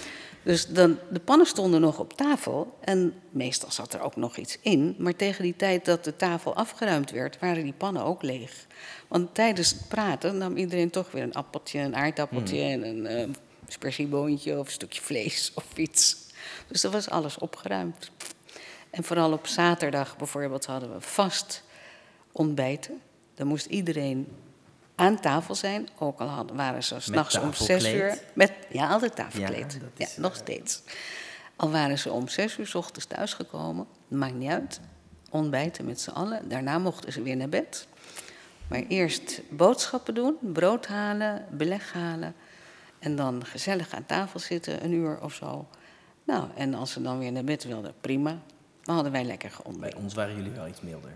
Dus dan, de pannen stonden nog op tafel en meestal zat er ook nog iets in. Maar tegen die tijd dat de tafel afgeruimd werd, waren die pannen ook leeg. Want tijdens het praten nam iedereen toch weer een appeltje, een aardappeltje mm. en een uh, spersieboontje of een stukje vlees of iets. Dus er was alles opgeruimd. En vooral op zaterdag bijvoorbeeld hadden we vast ontbijten. Dan moest iedereen aan tafel zijn, ook al hadden, waren ze 's nachts om zes uur. Met, ja, altijd tafelkleed. Ja, ja, nog steeds. Al waren ze om zes uur 's ochtends thuisgekomen, maakt niet uit. Ontbijten met z'n allen. Daarna mochten ze weer naar bed. Maar eerst boodschappen doen, brood halen, beleg halen. En dan gezellig aan tafel zitten, een uur of zo. Nou, en als ze dan weer naar bed wilden, prima. Dan hadden wij lekker geontbeten. Bij ons waren jullie wel iets milder.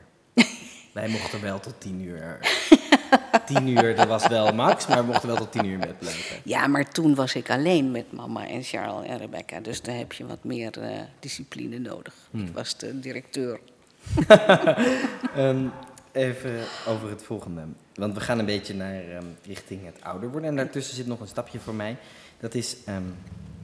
Wij mochten wel tot tien uur. Tien uur, dat was wel max, maar we mochten wel tot tien uur in bed blijven. Ja, maar toen was ik alleen met mama en Charles en Rebecca. Dus daar heb je wat meer uh, discipline nodig. Hmm. Ik was de directeur. um, even over het volgende. Want we gaan een beetje naar um, richting het ouder worden. En daartussen zit nog een stapje voor mij. Dat is... Um,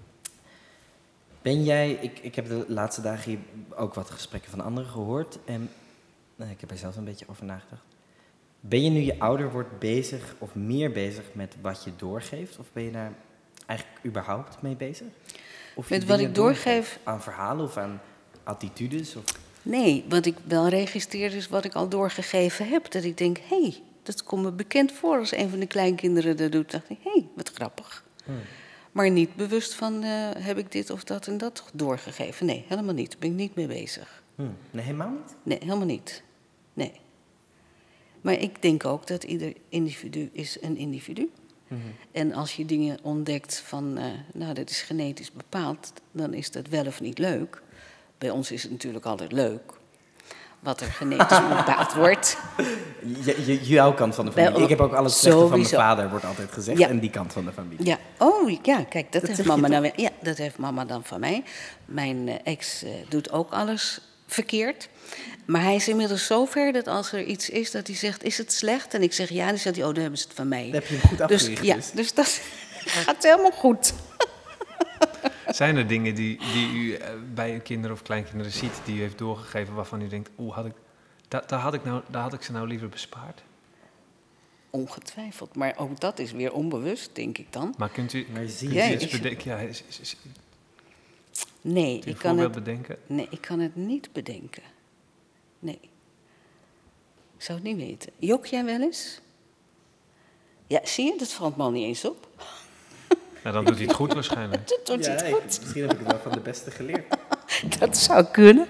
ben jij... Ik, ik heb de laatste dagen hier ook wat gesprekken van anderen gehoord. En nou, ik heb er zelf een beetje over nagedacht. Ben je nu je ouder wordt bezig of meer bezig met wat je doorgeeft? Of ben je daar eigenlijk überhaupt mee bezig? Of met wat ik doorgeef? Aan verhalen of aan attitudes? Of? Nee, wat ik wel registreer is wat ik al doorgegeven heb. Dat ik denk, hé, hey, dat komt me bekend voor als een van de kleinkinderen dat doet. dacht ik, hé, hey, wat grappig. Hmm. Maar niet bewust van, uh, heb ik dit of dat en dat doorgegeven? Nee, helemaal niet. Daar ben ik niet mee bezig. Hmm. Nee, helemaal niet? Nee, helemaal niet. Nee. Maar ik denk ook dat ieder individu is een individu. Mm-hmm. En als je dingen ontdekt van, uh, nou, dat is genetisch bepaald, dan is dat wel of niet leuk. Bij ons is het natuurlijk altijd leuk. wat er genetisch bepaald wordt. Je, je, jouw kant van de familie. Wel, Ik heb ook alles slechte van mijn sowieso. vader, wordt altijd gezegd. Ja. En die kant van de familie. Ja, oh ja, kijk, dat, Dat zeg heeft je mama toch? dan weer. Ja, dat heeft mama dan van mij. Mijn eh, ex eh, doet ook alles verkeerd. Maar hij is inmiddels zo ver dat als er iets is dat hij zegt, is het slecht? En ik zeg ja, dan zegt hij, oh, dan hebben ze het van mij. Dan heb je hem goed Dus afgericht. ja, dus. dus dat gaat helemaal goed. Zijn er dingen die, die u eh, bij uw kinderen of kleinkinderen ziet, die u heeft doorgegeven, waarvan u denkt, oeh, had ik, daar, daar, had ik nou, daar had ik ze nou liever bespaard? Ongetwijfeld, maar ook dat is weer onbewust, denk ik dan. Maar kunt u, Maar je ziet kunt u Ja, iets is- bedenken? Ja, is, is, is, Nee, kunt u ik een kan, voorbeeld het, bedenken? nee, ik kan het niet bedenken. Nee. Ik zou het niet weten. Jok jij wel eens? Ja, zie je, dat valt me al niet eens op. Nou, dan doet hij het goed waarschijnlijk. Dat doet Ja, hij het ik- goed. misschien heb ik het wel van de beste geleerd. Dat zou kunnen.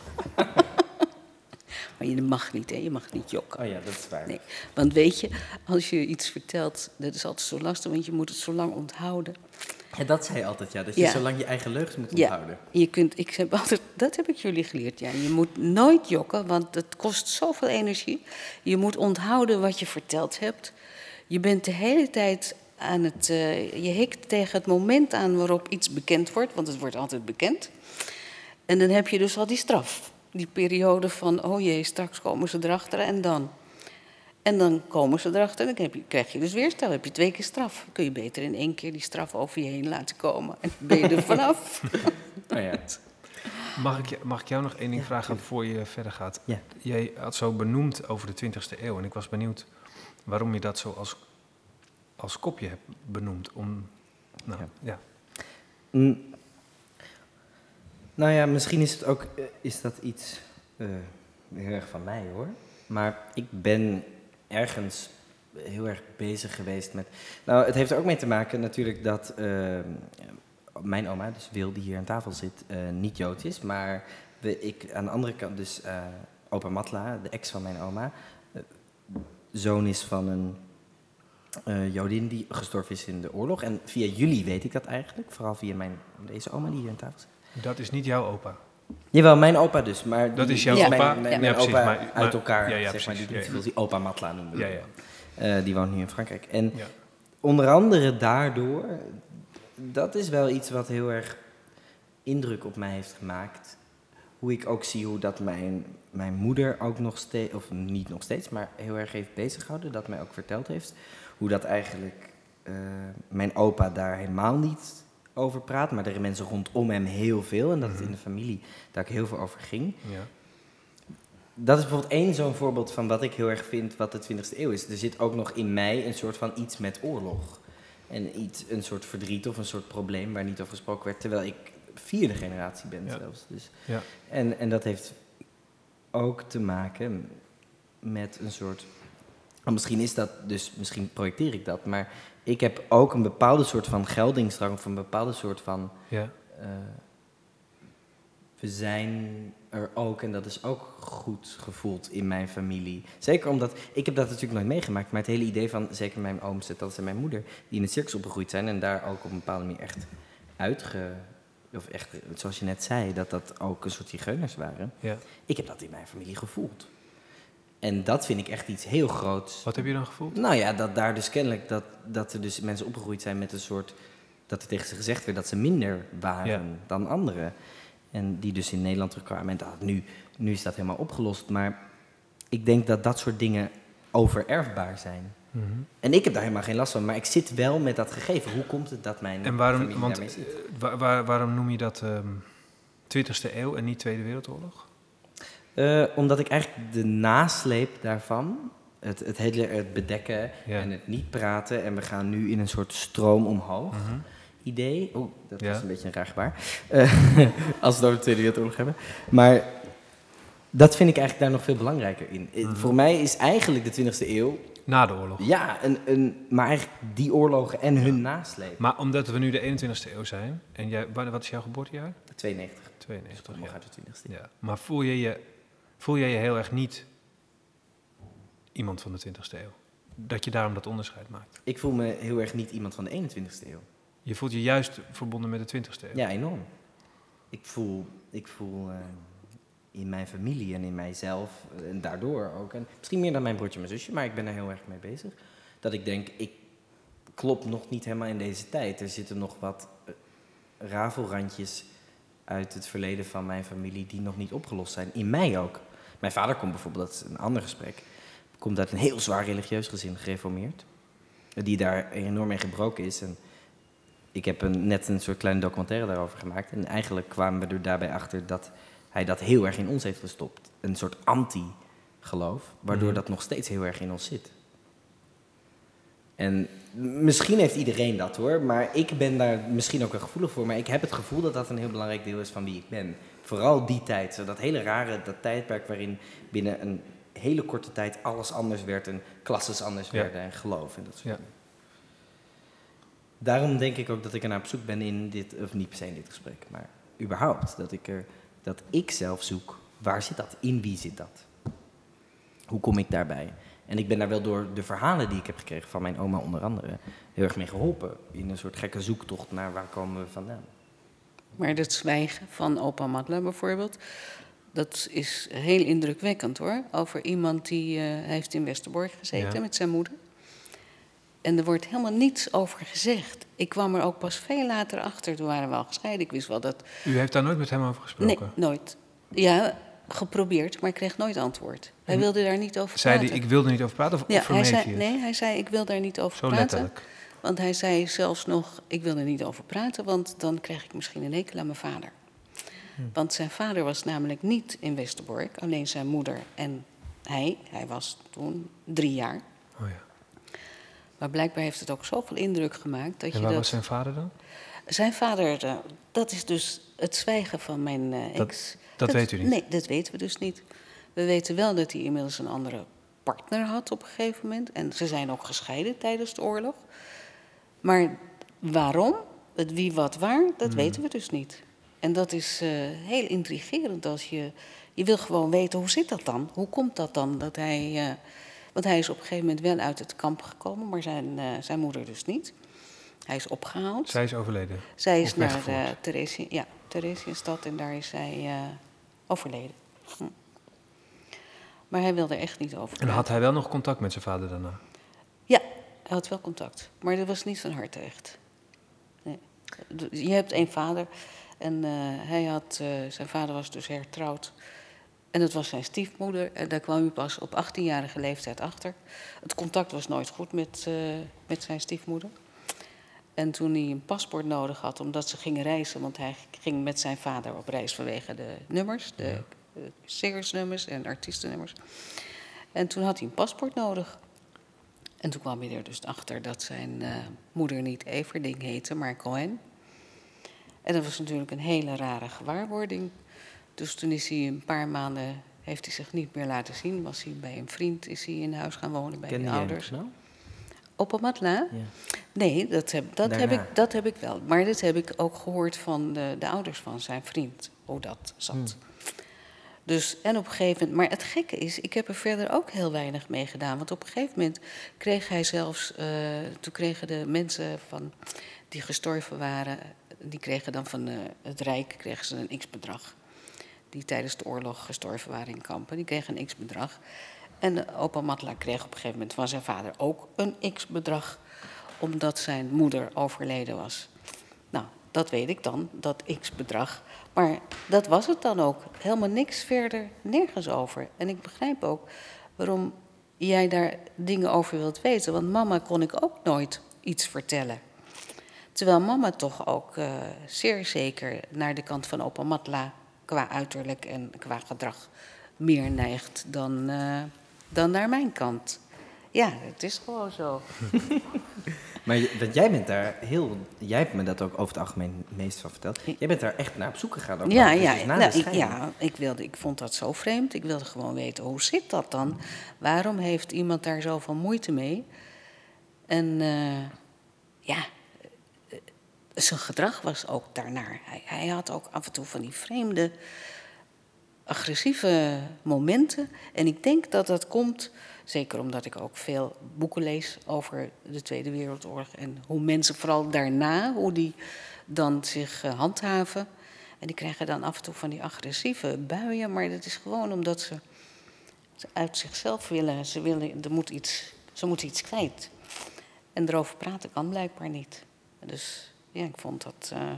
Maar je mag niet, hè? Je mag niet jokken. Oh ja, dat is waar. Nee, want weet je, als je iets vertelt, dat is altijd zo lastig, want je moet het zo lang onthouden. Ja, dat zei je altijd, ja. Dat je Ja. zo lang je eigen leugens moet Ja, onthouden. je kunt, ik heb altijd, dat heb ik jullie geleerd. Ja. Je moet nooit jokken, want het kost zoveel energie. Je moet onthouden wat je verteld hebt. Je bent de hele tijd aan het, uh, je hikt tegen het moment aan waarop iets bekend wordt, want het wordt altijd bekend. En dan heb je dus al die straf. Die periode van, oh jee, straks komen ze erachter en dan. En dan komen ze erachter en dan heb je, krijg je dus weer straf. Dan heb je twee keer straf. Dan kun je beter in één keer die straf over je heen laten komen. En dan ben je er vanaf. Oh ja. Mag ik, je- mag ik jou nog één ding vragen voor je verder gaat? Ja. Jij had zo benoemd over de twintigste eeuw en ik was benieuwd waarom je dat zo als, als kopje hebt benoemd. Om, nou, Ja. ja. Mm. Nou ja, misschien is, het ook, eh, is dat iets eh, heel erg van mij hoor. Maar ik ben ergens heel erg bezig geweest met... Nou, het heeft er ook mee te maken natuurlijk dat eh, mijn oma, dus Wil, die hier aan tafel zit, eh, niet Joods is. Maar we, ik aan de andere kant, dus eh, opa Matla, de ex van mijn oma, eh, zoon is van een uh, Jodin die gestorven is in de oorlog. En via jullie weet ik dat eigenlijk, vooral via mijn, deze oma die hier aan tafel zit. Dat is niet jouw opa. Jawel, mijn opa dus, maar... Dat die- is jouw die opa? Mijn, mijn, Ja, mijn precies, opa maar- uit maar- elkaar, ja, ja, zeg precies, maar, die ja, doet ja. zoals die opa Matla noemde. Ja, ja. Eh, die woont nu in Frankrijk. En ja. onder andere daardoor, dat is wel iets wat heel erg indruk op mij heeft gemaakt. Hoe ik ook zie hoe dat mijn, mijn moeder ook nog steeds, of niet nog steeds, maar heel erg heeft bezighouden. Dat mij ook verteld heeft. Hoe dat eigenlijk uh, mijn opa daar helemaal niet over praat. Maar er mensen rondom hem heel veel. En dat het in de familie daar ook heel veel over ging. Ja. Dat is bijvoorbeeld één zo'n voorbeeld van wat ik heel erg vind wat de twintigste eeuw is. Er zit ook nog in mij een soort van iets met oorlog. En iets, een soort verdriet of een soort probleem waar niet over gesproken werd. Terwijl ik vierde generatie ben Ja. zelfs. Dus. Ja. En, en dat heeft ook te maken met een soort... Misschien is dat, dus misschien projecteer ik dat, maar ik heb ook een bepaalde soort van geldingsdrang of een bepaalde soort van... Ja. Uh, we zijn er ook en dat is ook goed gevoeld in mijn familie. Zeker omdat, ik heb dat natuurlijk nooit meegemaakt, maar het hele idee van, zeker mijn ooms, dat is mijn moeder, die in de circus opgegroeid zijn en daar ook op een bepaalde manier echt uitge... Of echt, zoals je net zei, dat dat ook een soort zigeuners waren. Ja. Ik heb dat in mijn familie gevoeld. En dat vind ik echt iets heel groots. Wat heb je dan gevoeld? Nou ja, dat daar dus kennelijk, dat, dat er dus mensen opgegroeid zijn met een soort... dat er tegen ze gezegd werd dat ze minder waren Ja. dan anderen. En die dus in Nederland terugkwamen. En dat, nu, nu is dat helemaal opgelost. Maar ik denk dat dat soort dingen overerfbaar zijn. Mm-hmm. En ik heb daar helemaal geen last van. Maar ik zit wel met dat gegeven. Hoe komt het dat mijn En waarom, familie want, daarmee zit? uh, waar, waar, waarom noem je dat um, twintigste eeuw en niet Tweede Wereldoorlog? Uh, omdat ik eigenlijk de nasleep daarvan... Het, het hele het bedekken Ja. en het niet praten... en we gaan nu in een soort stroom omhoog... Mm-hmm. idee. Oeh, dat Ja. was een beetje een raar gebaar. Uh, als we het over de Tweede Wereldoorlog hebben. Maar dat vind ik eigenlijk daar nog veel belangrijker in. Mm-hmm. Voor mij is eigenlijk de twintigste eeuw... Na de oorlog. Ja, een, een, maar eigenlijk die oorlogen en hun nasleep. Maar omdat we nu de eenentwintigste eeuw zijn, en jij, wat is jouw geboortejaar? tweeënnegentig. tweeënnegentig, Nog ja. uit de twintigste eeuw. Ja. Maar voel je je, voel jij je heel erg niet iemand van de twintigste eeuw? Dat je daarom dat onderscheid maakt? Ik voel me heel erg niet iemand van de eenentwintigste eeuw. Je voelt je juist verbonden met de twintigste eeuw? Ja, enorm. Ik voel, ik voel uh, in mijn familie en in mijzelf. En daardoor ook. En misschien meer dan mijn broertje en mijn zusje, maar ik ben er heel erg mee bezig. Dat ik denk, ik klop nog niet helemaal in deze tijd. Er zitten nog wat uh, rafelrandjes uit het verleden van mijn familie die nog niet opgelost zijn. In mij ook. Mijn vader komt bijvoorbeeld, dat is een ander gesprek, komt uit een heel zwaar religieus gezin, gereformeerd. Die daar enorm mee gebroken is. En ik heb een, net een soort kleine documentaire daarover gemaakt. En eigenlijk kwamen we er daarbij achter dat hij dat heel erg in ons heeft gestopt. Een soort anti-geloof, waardoor dat nog steeds heel erg in ons zit. En misschien heeft iedereen dat hoor, maar ik ben daar misschien ook wel gevoelig voor. Maar ik heb het gevoel dat dat een heel belangrijk deel is van wie ik ben. Vooral die tijd, zo dat hele rare, dat tijdperk waarin binnen een hele korte tijd alles anders werd en klasses anders Ja. werden en geloof en dat soort Ja. dingen. Daarom denk ik ook dat ik er naar op zoek ben in dit, of niet per se in dit gesprek, maar überhaupt. Dat ik, er, dat ik zelf zoek, waar zit dat? In wie zit dat? Hoe kom ik daarbij? En ik ben daar wel door de verhalen die ik heb gekregen van mijn oma onder andere heel erg mee geholpen. In een soort gekke zoektocht naar waar komen we vandaan. Maar dat zwijgen van opa Matla bijvoorbeeld, dat is heel indrukwekkend hoor. Over iemand die uh, heeft in Westerbork gezeten Ja. met zijn moeder. En er wordt helemaal niets over gezegd. Ik kwam er ook pas veel later achter, toen waren we al gescheiden. Ik wist wel dat... U heeft daar nooit met hem over gesproken? Nee, nooit. Ja, geprobeerd, maar ik kreeg nooit antwoord. Hij En wilde daar niet over Zei praten. hij, ik wilde niet over praten of Ja, vermeed hij hij zei, het? nee, hij zei, ik wil daar niet over Zo praten. letterlijk. Want hij zei zelfs nog, ik wil er niet over praten, want dan krijg ik misschien een hekel aan mijn vader. Hm. Want zijn vader was namelijk niet in Westerbork, alleen zijn moeder en hij. Hij was toen drie jaar. Oh ja. Maar blijkbaar heeft het ook zoveel indruk gemaakt dat En je waar dat... was zijn vader dan? Zijn vader, uh, dat is dus het zwijgen van mijn uh, Dat- ex. dat weet u niet? Nee, dat weten we dus niet. We weten wel dat hij inmiddels een andere partner had op een gegeven moment. En ze zijn ook gescheiden tijdens de oorlog. Maar waarom, het wie, wat, waar, dat Hmm. weten we dus niet. En dat is uh, heel intrigerend als je... Je wil gewoon weten, hoe zit dat dan? Hoe komt dat dan dat hij... Uh, want hij is op een gegeven moment wel uit het kamp gekomen, maar zijn, uh, zijn moeder dus niet. Hij is opgehaald. Zij is overleden. Zij is Of naar weggevoerd. uh, Theresië, ja, Theresienstadt en daar is zij uh, overleden. Hm. Maar hij wilde er echt niet over En praten. had hij wel nog contact met zijn vader daarna? Ja, hij had wel contact. Maar dat was niet van harte echt. Nee. Je hebt één vader en uh, hij had, uh, zijn vader was dus hertrouwd. En dat was zijn stiefmoeder. En daar kwam hij pas op achttienjarige leeftijd achter. Het contact was nooit goed met, uh, met zijn stiefmoeder. En toen hij een paspoort nodig had, omdat ze gingen reizen... want hij ging met zijn vader op reis vanwege de nummers... de Ja. uh, zingersnummers en artiestennummers. En toen had hij een paspoort nodig. En toen kwam hij er dus achter dat zijn uh, moeder niet Everding heette, maar Cohen. En dat was natuurlijk een hele rare gewaarwording. Dus toen is hij een paar maanden, heeft hij zich niet meer laten zien. Was hij bij een vriend, is hij in huis gaan wonen bij Ken de jij hem ouders. nou? Op Matla? Ja. Nee, dat, heb, dat, heb Daarna. ik, dat heb ik wel. Maar dat heb ik ook gehoord van de, de ouders van zijn vriend, hoe dat zat. Hmm. Dus, en op een gegeven moment... Maar het gekke is, ik heb er verder ook heel weinig mee gedaan. Want op een gegeven moment kreeg hij zelfs... Uh, toen kregen de mensen van, die gestorven waren... die kregen dan van uh, het Rijk kregen ze een x-bedrag. Die tijdens de oorlog gestorven waren in kampen. Die kregen een x-bedrag. En opa Matla kreeg op een gegeven moment van zijn vader ook een x-bedrag... omdat zijn moeder overleden was. Nou, dat weet ik dan, dat x-bedrag. Maar dat was het dan ook. Helemaal niks verder, nergens over. En ik begrijp ook waarom jij daar dingen over wilt weten. Want mama kon ik ook nooit iets vertellen. Terwijl mama toch ook uh, zeer zeker naar de kant van opa Matla... qua uiterlijk en qua gedrag meer neigt dan, uh, dan naar mijn kant. Ja, het is gewoon zo. Maar je, want jij bent daar heel... Jij hebt me dat ook over het algemeen het meest van verteld. Jij bent daar echt naar op zoek gegaan. Ook Ja, nog, ja, dus na nou, de ik, scheiding. ja ik, wilde, ik vond dat zo vreemd. Ik wilde gewoon weten, hoe zit dat dan? Waarom heeft iemand daar zoveel moeite mee? En uh, ja, uh, zijn gedrag was ook daarnaar. Hij, hij had ook af en toe van die vreemde, agressieve momenten. En ik denk dat dat komt... Zeker omdat ik ook veel boeken lees over de Tweede Wereldoorlog... en hoe mensen vooral daarna, hoe die dan zich uh, handhaven. En die krijgen dan af en toe van die agressieve buien. Maar dat is gewoon omdat ze, ze uit zichzelf willen. Ze, willen er moet iets, ze moeten iets kwijt. En erover praten kan blijkbaar niet. Dus ja, ik vond dat... Uh,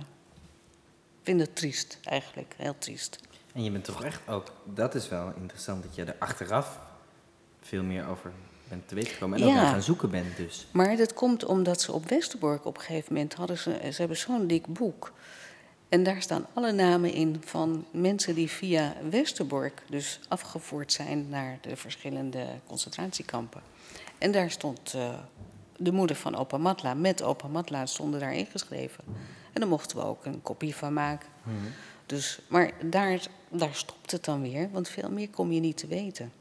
vind het triest, eigenlijk. Heel triest. En je bent toch echt ook... Dat is wel interessant dat je er achteraf veel meer over bent te weten gekomen. En ja, ook naar gaan zoeken bent dus. Maar dat komt omdat ze op Westerbork op een gegeven moment hadden ze... Ze hebben zo'n dik boek. En daar staan alle namen in van mensen die via Westerbork dus afgevoerd zijn naar de verschillende concentratiekampen. En daar stond uh, de moeder van opa Matla met opa Matla stonden daar ingeschreven. En daar mochten we ook een kopie van maken. Mm-hmm. Dus, maar daar, daar stopt het dan weer, want veel meer kom je niet te weten.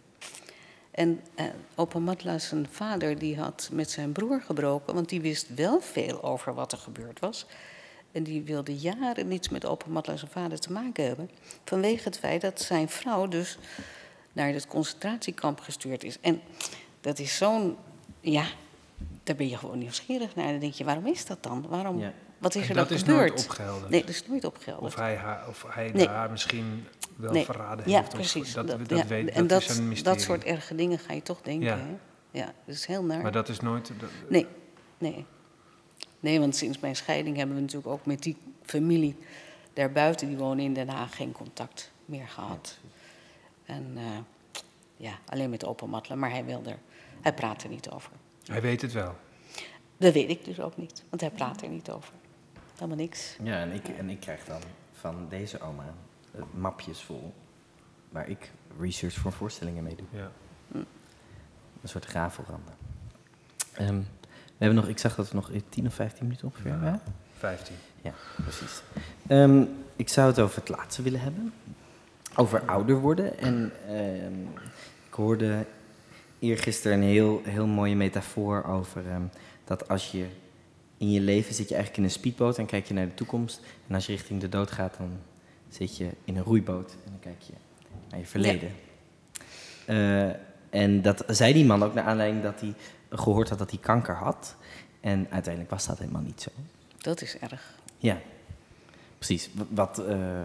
En uh, opa Matla, zijn vader, die had met zijn broer gebroken, want die wist wel veel over wat er gebeurd was. En die wilde jaren niets met opa Matla, zijn vader, te maken hebben. Vanwege het feit dat zijn vrouw dus naar het concentratiekamp gestuurd is. En dat is zo'n... Ja, daar ben je gewoon nieuwsgierig naar. Dan denk je, waarom is dat dan? Waarom, ja. Wat is en er dat dan is gebeurd? Nooit opgehelderd. Nee, dat is nooit opgehelderd. Of hij haar, of hij nee. haar misschien wel nee. verraden ja, heeft. Precies. Dat, dat, dat, dat ja. weet, en dat dat, is een mysterie. dat soort erge dingen ga je toch denken. Ja, hè? Ja, dat is heel naar. Maar dat is nooit... Dat... Nee, nee. Nee, want sinds mijn scheiding hebben we natuurlijk ook met die familie daarbuiten, die wonen in Den Haag, geen contact meer gehad. En uh, ja, alleen met opa Matla, maar hij wilde er, hij praat er niet over. Hij weet het wel. Dat weet ik dus ook niet, want hij praat er niet over. Helemaal niks. Ja, en ik, en ik krijg dan van deze oma uh, mapjes vol, waar ik research voor voorstellingen mee doe. Ja. Hm. Een soort gravelranden. Um, we hebben nog, ik zag dat we nog tien of vijftien minuten ongeveer hebben. Ja, vijftien. Ja, precies. Um, ik zou het over het laatste willen hebben. Over ouder worden. En um, ik hoorde eergisteren een heel, heel mooie metafoor over um, dat als je in je leven zit je eigenlijk in een speedboot en kijk je naar de toekomst. En als je richting de dood gaat, dan zit je in een roeiboot en dan kijk je naar je verleden. Ja. Uh, en dat zei die man ook naar aanleiding dat hij gehoord had dat hij kanker had. En uiteindelijk was dat helemaal niet zo. Dat is erg. Ja, precies. Wat, uh, uh,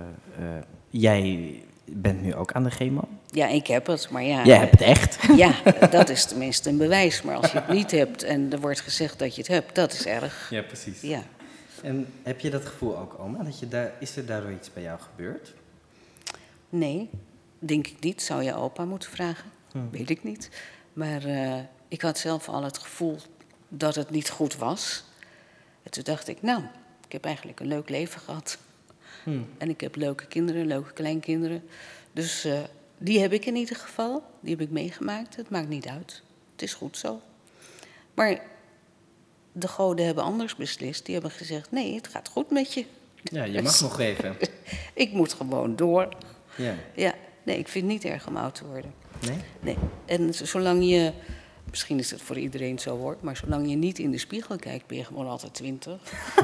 jij bent nu ook aan de chemo? Ja, ik heb het, maar ja... Jij hebt het echt? Ja, dat is tenminste een bewijs. Maar als je het niet hebt en er wordt gezegd dat je het hebt, dat is erg. Ja, precies. Ja. En heb je dat gevoel ook, oma? Dat je daar, is er daardoor iets bij jou gebeurd? Nee, denk ik niet. Zou je opa moeten vragen? Hm. Weet ik niet. Maar uh, ik had zelf al het gevoel dat het niet goed was. En toen dacht ik, nou, ik heb eigenlijk een leuk leven gehad. Hm. En ik heb leuke kinderen, leuke kleinkinderen. Dus uh, die heb ik in ieder geval. Die heb ik meegemaakt. Het maakt niet uit. Het is goed zo. Maar de goden hebben anders beslist. Die hebben gezegd, nee, het gaat goed met je. Ja, je mag nog even. Ik moet gewoon door. Ja. Ja, nee, ik vind het niet erg om oud te worden. Nee? Nee. En zolang je... Misschien is het voor iedereen zo hoor, maar zolang je niet in de spiegel kijkt, ben je gewoon altijd twintig.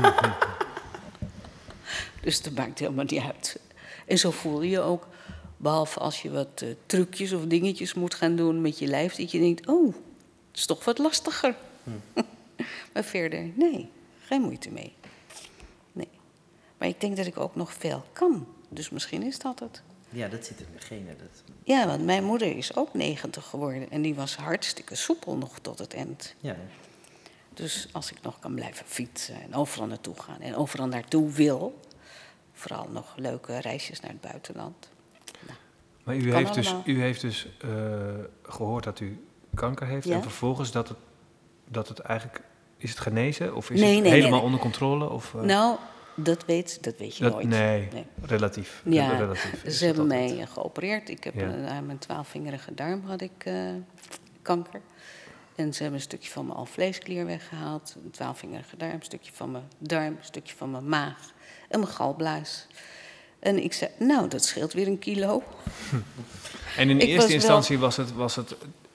Dus dat maakt helemaal niet uit. En zo voel je je ook, behalve als je wat uh, trucjes of dingetjes moet gaan doen met je lijf, dat je denkt, oh, het is toch wat lastiger. Hm. Maar verder, nee, geen moeite mee. Nee. Maar ik denk dat ik ook nog veel kan, dus misschien is dat het. Ja, dat zit in de genen. Dat... Ja, want mijn moeder is ook negentig geworden en die was hartstikke soepel nog tot het eind. Ja. Dus als ik nog kan blijven fietsen en overal naartoe gaan en overal naartoe wil, vooral nog leuke reisjes naar het buitenland. Nou, maar u heeft, dus, u heeft dus uh, gehoord dat u kanker heeft ja? en vervolgens dat het, dat het eigenlijk, is het genezen of is nee, het nee, helemaal nee, nee. onder controle? Of, uh... Nou, dat weet, dat weet je dat, nooit. Nee, nee, relatief. Ja, relatief ze hebben mij geopereerd. Ik heb ja. een, aan mijn twaalfvingerige darm had ik uh, kanker. En ze hebben een stukje van mijn alvleesklier weggehaald. Een twaalfvingerige darm, een stukje van mijn darm, een stukje van mijn maag en mijn galblaas. En ik zei, nou, dat scheelt weer een kilo. En in ik eerste was instantie wel... was het, was het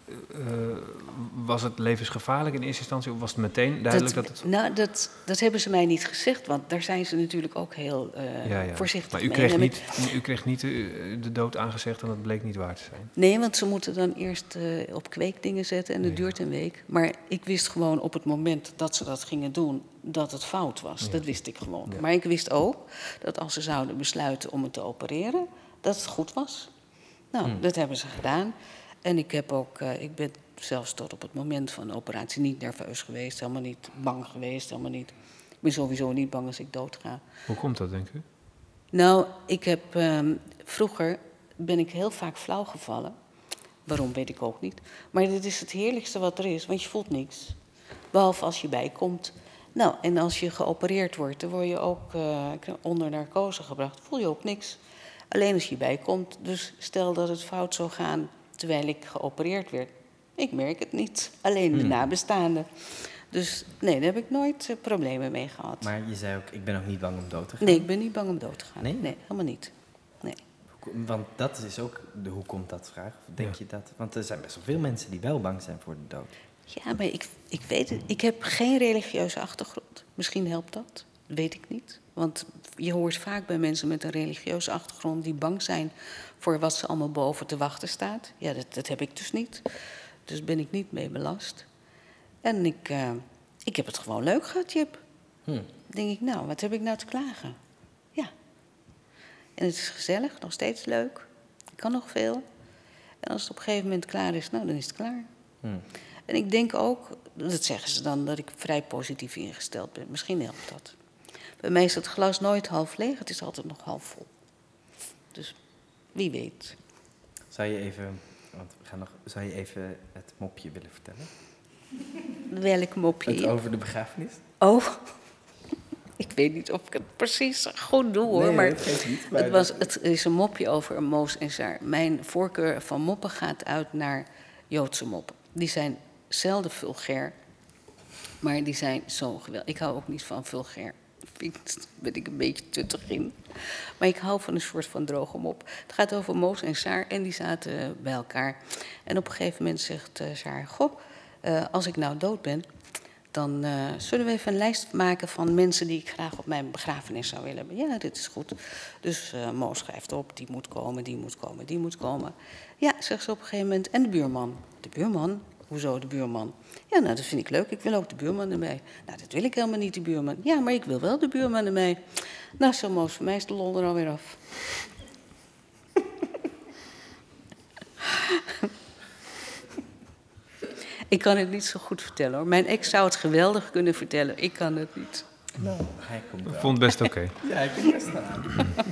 uh, was het levensgevaarlijk in eerste instantie? Of was het meteen duidelijk dat, dat het... Nou, dat, dat hebben ze mij niet gezegd, want daar zijn ze natuurlijk ook heel uh, ja, ja. voorzichtig maar u mee. Kreeg niet, u kreeg niet de, de dood aangezegd en dat bleek niet waar te zijn? Nee, want ze moeten dan eerst uh, op kweekdingen zetten en dat ja. duurt een week. Maar ik wist gewoon op het moment dat ze dat gingen doen, dat het fout was. Ja. Dat wist ik gewoon. Ja. Maar ik wist ook dat als ze zouden besluiten om het te opereren, dat het goed was. Nou, hmm. dat hebben ze gedaan. En ik heb ook, uh, ik ben zelfs tot op het moment van de operatie niet nerveus geweest, helemaal niet bang geweest, helemaal niet. Ik ben sowieso niet bang als ik doodga. Hoe komt dat, denk u? Nou, ik heb um, vroeger ben ik heel vaak flauw gevallen. Waarom weet ik ook niet. Maar dit is het heerlijkste wat er is, want je voelt niks. Behalve als je bijkomt. Nou, en als je geopereerd wordt, dan word je ook uh, onder narcose gebracht. Voel je ook niks. Alleen als je bijkomt. Dus stel dat het fout zou gaan terwijl ik geopereerd werd. Ik merk het niet. Alleen de hmm. nabestaanden. Dus nee, daar heb ik nooit uh, problemen mee gehad. Maar je zei ook, ik ben ook niet bang om dood te gaan? Nee, ik ben niet bang om dood te gaan. Nee? Nee, helemaal niet. Nee. Want dat is ook de hoe komt dat vraag. Denk ja. je dat? Want er zijn best wel veel mensen die wel bang zijn voor de dood. Ja, maar ik, ik weet het. Ik heb geen religieuze achtergrond. Misschien helpt dat. Dat weet ik niet. Want je hoort vaak bij mensen met een religieuze achtergrond die bang zijn voor wat ze allemaal boven te wachten staat. Ja, dat, dat heb ik dus niet. Dus ben ik niet mee belast. En ik, uh, ik heb het gewoon leuk gehad, Jip. Hmm. Dan denk ik, nou, wat heb ik nou te klagen? Ja. En het is gezellig, nog steeds leuk. Ik kan nog veel. En als het op een gegeven moment klaar is, nou, dan is het klaar. Hmm. En ik denk ook, dat zeggen ze dan, dat ik vrij positief ingesteld ben. Misschien helpt dat. Bij mij is het glas nooit half leeg, het is altijd nog half vol. Dus wie weet. Zou je even, want we gaan nog, zou je even het mopje willen vertellen? Welk mopje? Het over de begrafenis? Oh, ik weet niet of ik het precies goed doe, hoor. Nee, maar dat geeft niet, maar het, was, het is een mopje over een Moos en Saar. Mijn voorkeur van moppen gaat uit naar Joodse moppen. Die zijn zelden vulgair, maar die zijn zo geweldig. Ik hou ook niet van vulgair. Daar ben ik een beetje tuttig in. Maar ik hou van een soort van droge mop. Het gaat over Moos en Saar en die zaten bij elkaar. En op een gegeven moment zegt uh, Saar, goh, uh, als ik nou dood ben, dan uh, zullen we even een lijst maken van mensen die ik graag op mijn begrafenis zou willen hebben. Ja, dit is goed. Dus uh, Moos schrijft op, die moet komen, die moet komen, die moet komen. Ja, zegt ze op een gegeven moment, en de buurman. De buurman? Hoezo de buurman? Ja, nou, dat vind ik leuk. Ik wil ook de buurman erbij. Nou, dat wil ik helemaal niet, de buurman. Ja, maar ik wil wel de buurman erbij. Nou, zo Moos, voor mij is de lol er alweer af. Ik kan het niet zo goed vertellen, hoor. Mijn ex zou het geweldig kunnen vertellen. Ik kan het niet. Nou, hij komt wel. Ik vond het best oké. Okay. Ja, hij komt best aan.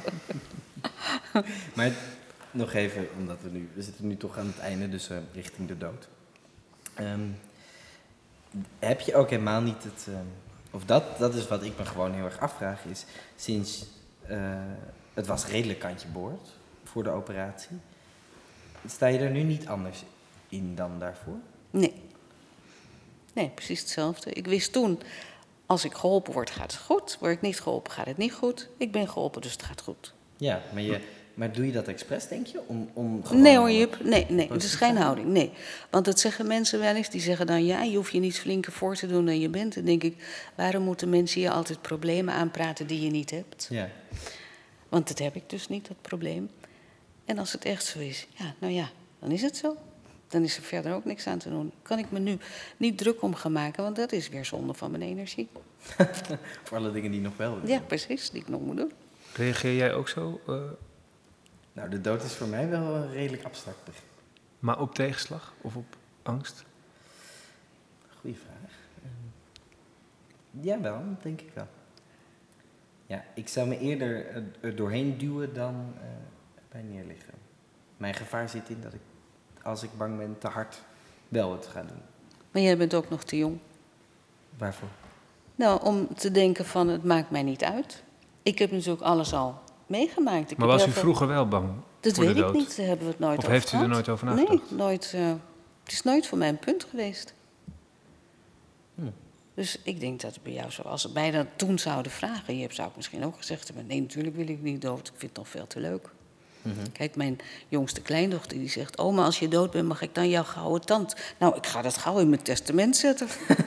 Maar nog even, omdat we nu... We zitten nu toch aan het einde, dus uh, richting de dood. Um, heb je ook helemaal niet het... Um, of dat, dat is wat ik me gewoon heel erg afvraag, is... Sinds... Uh, het was redelijk kantje boord voor de operatie. Sta je er nu niet anders in dan daarvoor? Nee. Nee, precies hetzelfde. Ik wist toen, als ik geholpen word, gaat het goed. Word ik niet geholpen, gaat het niet goed. Ik ben geholpen, dus het gaat goed. Ja, maar, je, maar doe je dat expres, denk je? Om, om gewoon nee hoor, Jip. Nee, nee, het is geen houding. Nee. Want dat zeggen mensen wel eens. Die zeggen dan, ja, je hoeft je niet flinker voor te doen dan je bent. Dan denk ik, waarom moeten mensen je altijd problemen aanpraten die je niet hebt? Ja. Want dat heb ik dus niet, dat probleem. En als het echt zo is, ja, nou ja, dan is het zo. Dan is er verder ook niks aan te doen. Kan ik me nu niet druk om gaan maken, want dat is weer zonde van mijn energie. Voor alle dingen die nog wel doen. Ja, precies, die ik nog moet doen. Reageer jij ook zo? Uh... Nou, de dood is voor mij wel een redelijk abstract begrip. Maar op tegenslag of op angst? Goeie vraag. Uh, jawel, denk ik wel. Ja, ik zou me eerder er doorheen duwen dan uh, bij neerliggen. Mijn gevaar zit in dat ik, als ik bang ben, te hard wel het ga doen. Maar jij bent ook nog te jong. Waarvoor? Nou, om te denken van, het maakt mij niet uit. Ik heb natuurlijk alles al meegemaakt. Ik maar was u vroeger wel bang dat voor de dood? Dat weet ik niet, daar hebben we het nooit of over heeft u gehad. er nooit over nagedacht? Nee, nooit, uh, het is nooit voor mij een punt geweest. Hm. Dus ik denk dat het bij jou zo, als ze mij dat toen zouden vragen, je zou ik misschien ook gezegd hebben, nee, natuurlijk wil ik niet dood, ik vind het nog veel te leuk. Mm-hmm. Kijk, mijn jongste kleindochter die zegt... oma, als je dood bent, mag ik dan jouw gouden tand? Nou, ik ga dat gauw in mijn testament zetten.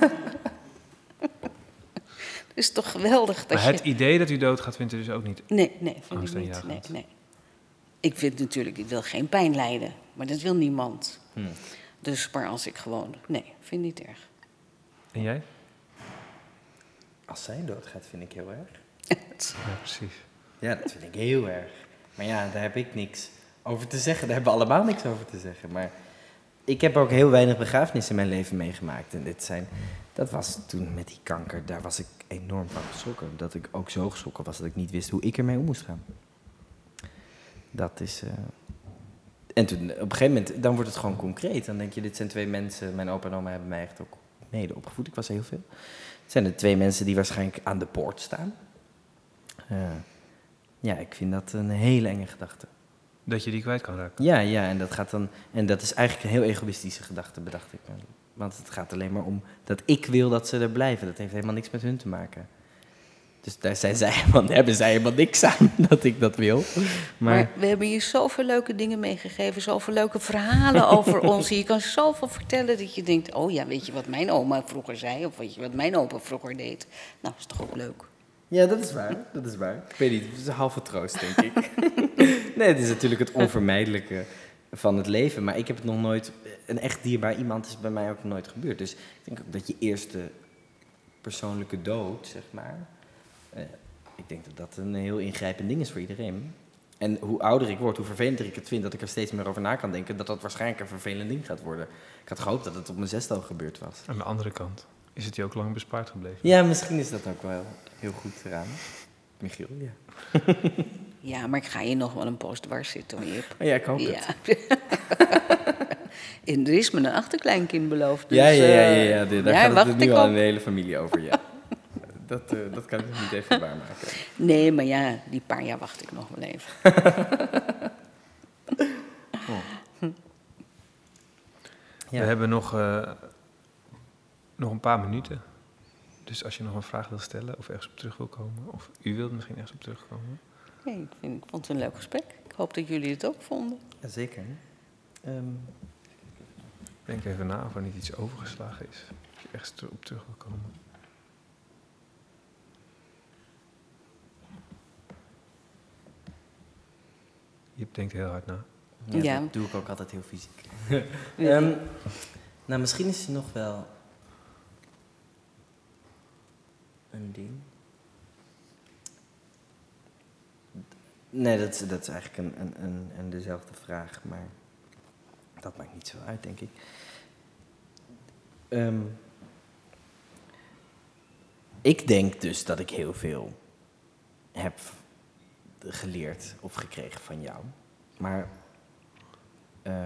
Het is toch geweldig dat Maar het je... idee dat u doodgaat vindt u dus ook niet? Nee, nee, vind ik Angstaanjagend. niet. Nee, nee. Ik vind natuurlijk, ik wil geen pijn lijden. Maar dat wil niemand. Hmm. Dus, maar als ik gewoon... Nee, vind ik niet erg. En jij? Als zij doodgaat, vind ik heel erg. Ja, precies. Ja, dat vind ik heel erg. Maar ja, daar heb ik niks over te zeggen. Daar hebben we allemaal niks over te zeggen. Maar ik heb ook heel weinig begrafenissen in mijn leven meegemaakt. En dit zijn, dat was toen met die kanker, daar was ik enorm van geschrokken. Dat ik ook zo geschrokken was dat ik niet wist hoe ik ermee om moest gaan. Dat is... Uh... En toen, op een gegeven moment, dan wordt het gewoon concreet. Dan denk je, dit zijn twee mensen, mijn opa en oma hebben mij echt ook mede opgevoed. Ik was heel veel. Het zijn de twee mensen die waarschijnlijk aan de poort staan. Uh, ja, ik vind dat een hele enge gedachte. Dat je die kwijt kan raken? Ja, ja, en dat gaat dan. En dat is eigenlijk een heel egoïstische gedachte, bedacht ik. Want het gaat alleen maar om dat ik wil dat ze er blijven. Dat heeft helemaal niks met hun te maken. Dus daar zijn zij helemaal, hebben zij helemaal niks aan dat ik dat wil. Maar, maar we hebben hier zoveel leuke dingen meegegeven, zoveel leuke verhalen over ons. Je kan zoveel vertellen dat je denkt, oh ja, weet je wat mijn oma vroeger zei? Of weet je wat mijn opa vroeger deed? Nou, is toch ook leuk? Ja, dat is waar. Dat is waar. Ik weet niet, het is een halve troost, denk ik. Nee, het is natuurlijk het onvermijdelijke van het leven. Maar ik heb het nog nooit... Een echt dierbaar iemand is bij mij ook nooit gebeurd. Dus ik denk ook dat je eerste persoonlijke dood, zeg maar... Uh, ik denk dat dat een heel ingrijpend ding is voor iedereen. En hoe ouder ik word, hoe vervelender ik het vind... dat ik er steeds meer over na kan denken... dat dat waarschijnlijk een vervelend ding gaat worden. Ik had gehoopt dat het op mijn zesde al gebeurd was. Aan de andere kant is het je ook lang bespaard gebleven. Ja, misschien is dat ook wel heel goed eraan. Michiel, ja. Ja, maar ik ga je nog wel een post dwars zitten, hoor, Jip. Oh ja, ik hoop ja. het. En er is me een achterkleinkind beloofd. Dus, ja, ja, ja, uh, ja, ja. Daar ja, gaat wacht het nu ik al op. een hele familie over, ja. dat, uh, dat kan ik nog niet even waarmaken. Nee, maar ja, die paar jaar wacht ik nog wel even. oh. We ja. hebben nog, uh, nog een paar minuten. Dus als je nog een vraag wil stellen of ergens op terug wil komen... of u wilt misschien ergens op terugkomen... Nee, ik, vind, ik vond het een leuk gesprek. Ik hoop dat jullie het ook vonden. Jazeker. Um... Denk even na of er niet iets overgeslagen is. Als je ergens op terug wil komen. Je denkt heel hard na. Ja, Ja. dat doe ik ook altijd heel fysiek. um, nou, misschien is er nog wel... een ding... Nee, dat is, dat is eigenlijk een, een, een, een dezelfde vraag, maar dat maakt niet zo uit, denk ik. Um, ik denk dus dat ik heel veel heb geleerd of gekregen van jou. Maar uh,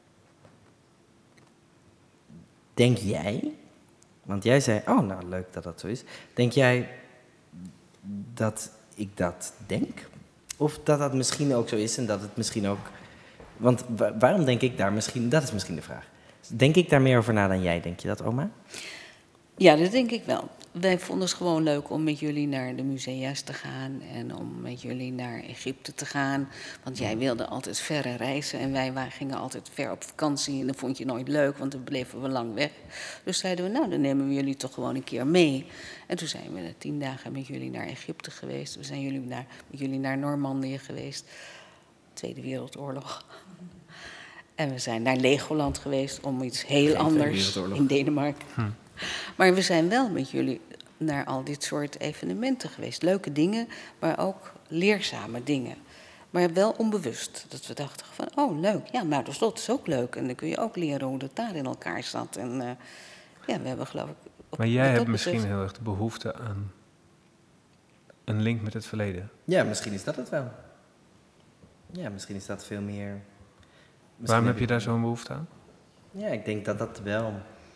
denk jij, want jij zei, oh nou leuk dat dat zo is. Denk jij dat ik dat denk? Of dat dat misschien ook zo is en dat het misschien ook... Want wa- waarom denk ik daar misschien... Dat is misschien de vraag. Denk ik daar meer over na dan jij? Denk je dat, oma? Ja, dat denk ik wel. Wij vonden het gewoon leuk om met jullie naar de musea's te gaan... en om met jullie naar Egypte te gaan. Want jij wilde altijd verre reizen en wij, wij gingen altijd ver op vakantie... en dat vond je nooit leuk, want dan bleven we lang weg. Dus zeiden we, nou, dan nemen we jullie toch gewoon een keer mee. En toen zijn we tien dagen met jullie naar Egypte geweest. We zijn jullie naar, met jullie naar Normandië geweest. Tweede Wereldoorlog. En we zijn naar Legoland geweest om iets heel Geen Tweede anders Wereldoorlog. in Denemarken. Hm. Maar we zijn wel met jullie naar al dit soort evenementen geweest. Leuke dingen, maar ook leerzame dingen. Maar wel onbewust. Dat we dachten van, oh leuk, ja, maar de slot is ook leuk. En dan kun je ook leren hoe dat daar in elkaar zat. En uh, ja, we hebben geloof ik... op- Maar jij wat hebt dat misschien betreft- heel erg de behoefte aan een link met het verleden. Ja, misschien is dat het wel. Ja, misschien is dat veel meer... Misschien Waarom heb je ik- daar zo'n behoefte aan? Ja, ik denk dat dat wel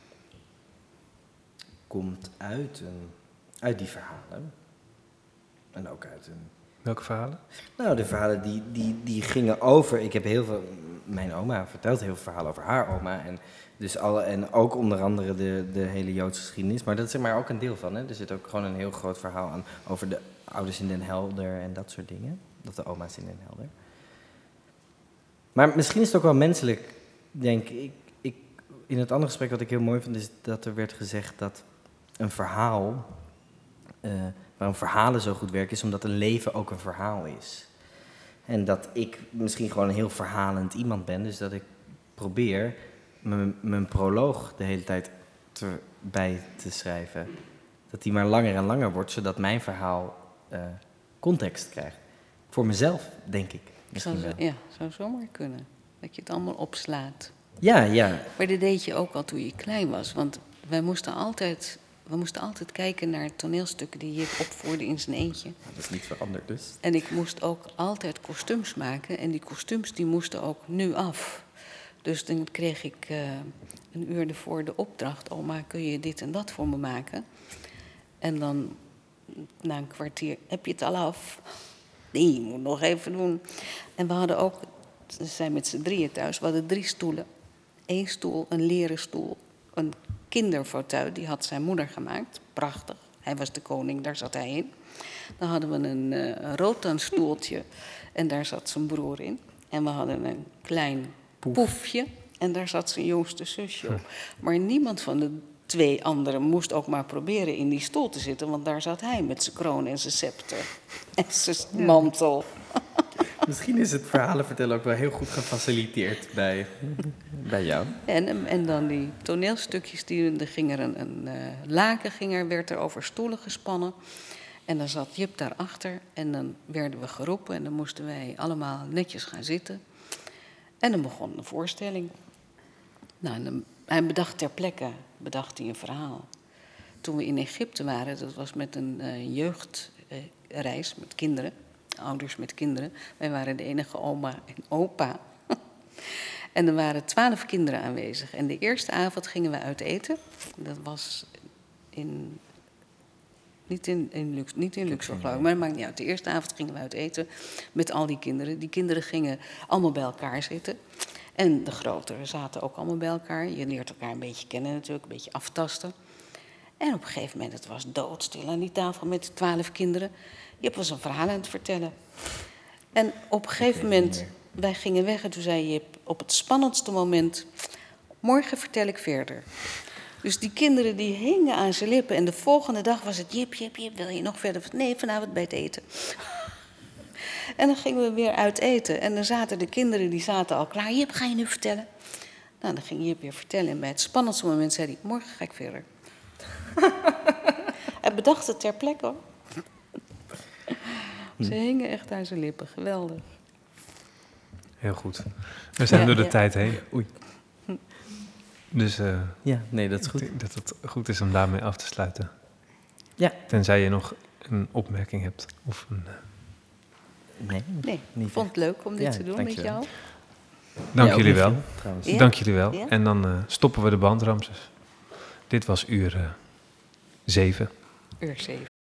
komt uit, een, uit die verhalen. En ook uit een... Welke verhalen? Nou, de verhalen die, die, die gingen over... Ik heb heel veel... Mijn oma vertelt heel veel verhalen over haar oma. En, dus alle, en ook onder andere de, de hele Joodse geschiedenis. Maar dat is er maar ook een deel van. Hè. Er zit ook gewoon een heel groot verhaal aan... over de ouders in Den Helder en dat soort dingen. Dat de oma's in Den Helder. Maar misschien is het ook wel menselijk, denk ik. ik. In het andere gesprek wat ik heel mooi vond, is dat er werd gezegd dat een verhaal, uh, waarom verhalen zo goed werken, is omdat een leven ook een verhaal is. En dat ik misschien gewoon een heel verhalend iemand ben, dus dat ik probeer mijn, mijn proloog de hele tijd te, bij te schrijven. Dat die maar langer en langer wordt, zodat mijn verhaal uh, context krijgt. Voor mezelf, denk ik. Misschien Zou, wel. ja, zou zomaar kunnen. Dat je het allemaal opslaat. Ja, ja. Maar dat deed je ook al toen je klein was. Want wij moesten altijd, we moesten altijd kijken naar toneelstukken die Jip opvoerde in zijn eentje. Dat is niet veranderd dus. En ik moest ook altijd kostuums maken. En die kostuums die moesten ook nu af. Dus dan kreeg ik uh, een uur ervoor de opdracht. Oma, kun je dit en dat voor me maken? En dan na een kwartier, heb je het al af? Nee, je moet nog even doen. En we hadden ook, we zijn met z'n drieën thuis, we hadden drie stoelen. Eén stoel, een leren stoel, een kinderfauteuil, die had zijn moeder gemaakt. Prachtig. Hij was de koning, daar zat hij in. Dan hadden we een uh, rotanstoeltje en daar zat zijn broer in. En we hadden een klein Poef. poefje en daar zat zijn jongste zusje op. Maar niemand van de twee anderen moest ook maar proberen in die stoel te zitten, want daar zat hij met zijn kroon en zijn scepter en zijn ja. mantel. Misschien is het verhalen vertellen ook wel heel goed gefaciliteerd bij, bij jou. En, en dan die toneelstukjes, die, er ging er een, een uh, laken ging er, werd er over stoelen gespannen. En dan zat Jip daarachter en dan werden we geroepen en dan moesten wij allemaal netjes gaan zitten. En dan begon de voorstelling. Nou, en dan, hij bedacht ter plekke bedacht hij een verhaal. Toen we in Egypte waren, dat was met een uh, jeugdreis uh, met kinderen, ouders met kinderen. Wij waren de enige oma en opa. En er waren twaalf kinderen aanwezig. En de eerste avond gingen we uit eten. Dat was in... Niet in, in, Lux, niet in Luxor, geloof ik, maar dat maakt niet uit. De eerste avond gingen we uit eten met al die kinderen. Die kinderen gingen allemaal bij elkaar zitten. En de grotere zaten ook allemaal bij elkaar. Je leert elkaar een beetje kennen natuurlijk, een beetje aftasten. En op een gegeven moment, het was doodstil aan die tafel met de twaalf kinderen. Jip was een verhaal aan het vertellen. En op een gegeven moment, wij gingen weg en toen zei Jip, op het spannendste moment, morgen vertel ik verder. Dus die kinderen die hingen aan zijn lippen. En de volgende dag was het Jip, Jip, Jip, wil je nog verder? Nee, vanavond bij het eten. En dan gingen we weer uit eten. En dan zaten de kinderen, die zaten al klaar. Jip, ga je nu vertellen? Nou, dan ging Jip weer vertellen. En bij het spannendste moment zei hij, morgen ga ik verder. Hij bedacht het ter plekke, hoor. Ze hingen echt aan zijn lippen. Geweldig. Heel goed. We zijn ja, door de ja. tijd heen. Oei. Dus uh, ja, nee, dat is goed. Ik denk dat het goed is om daarmee af te sluiten. Ja. Tenzij je nog een opmerking hebt. Of een, uh... Nee, nee niet ik vond het leuk om dit ja, te doen met jou. Dank ja, jullie wel. Veel, ja? Dank jullie wel. Ja? En dan uh, stoppen we de band, Ramses. Dit was uur uh, zeven. Uur zeven.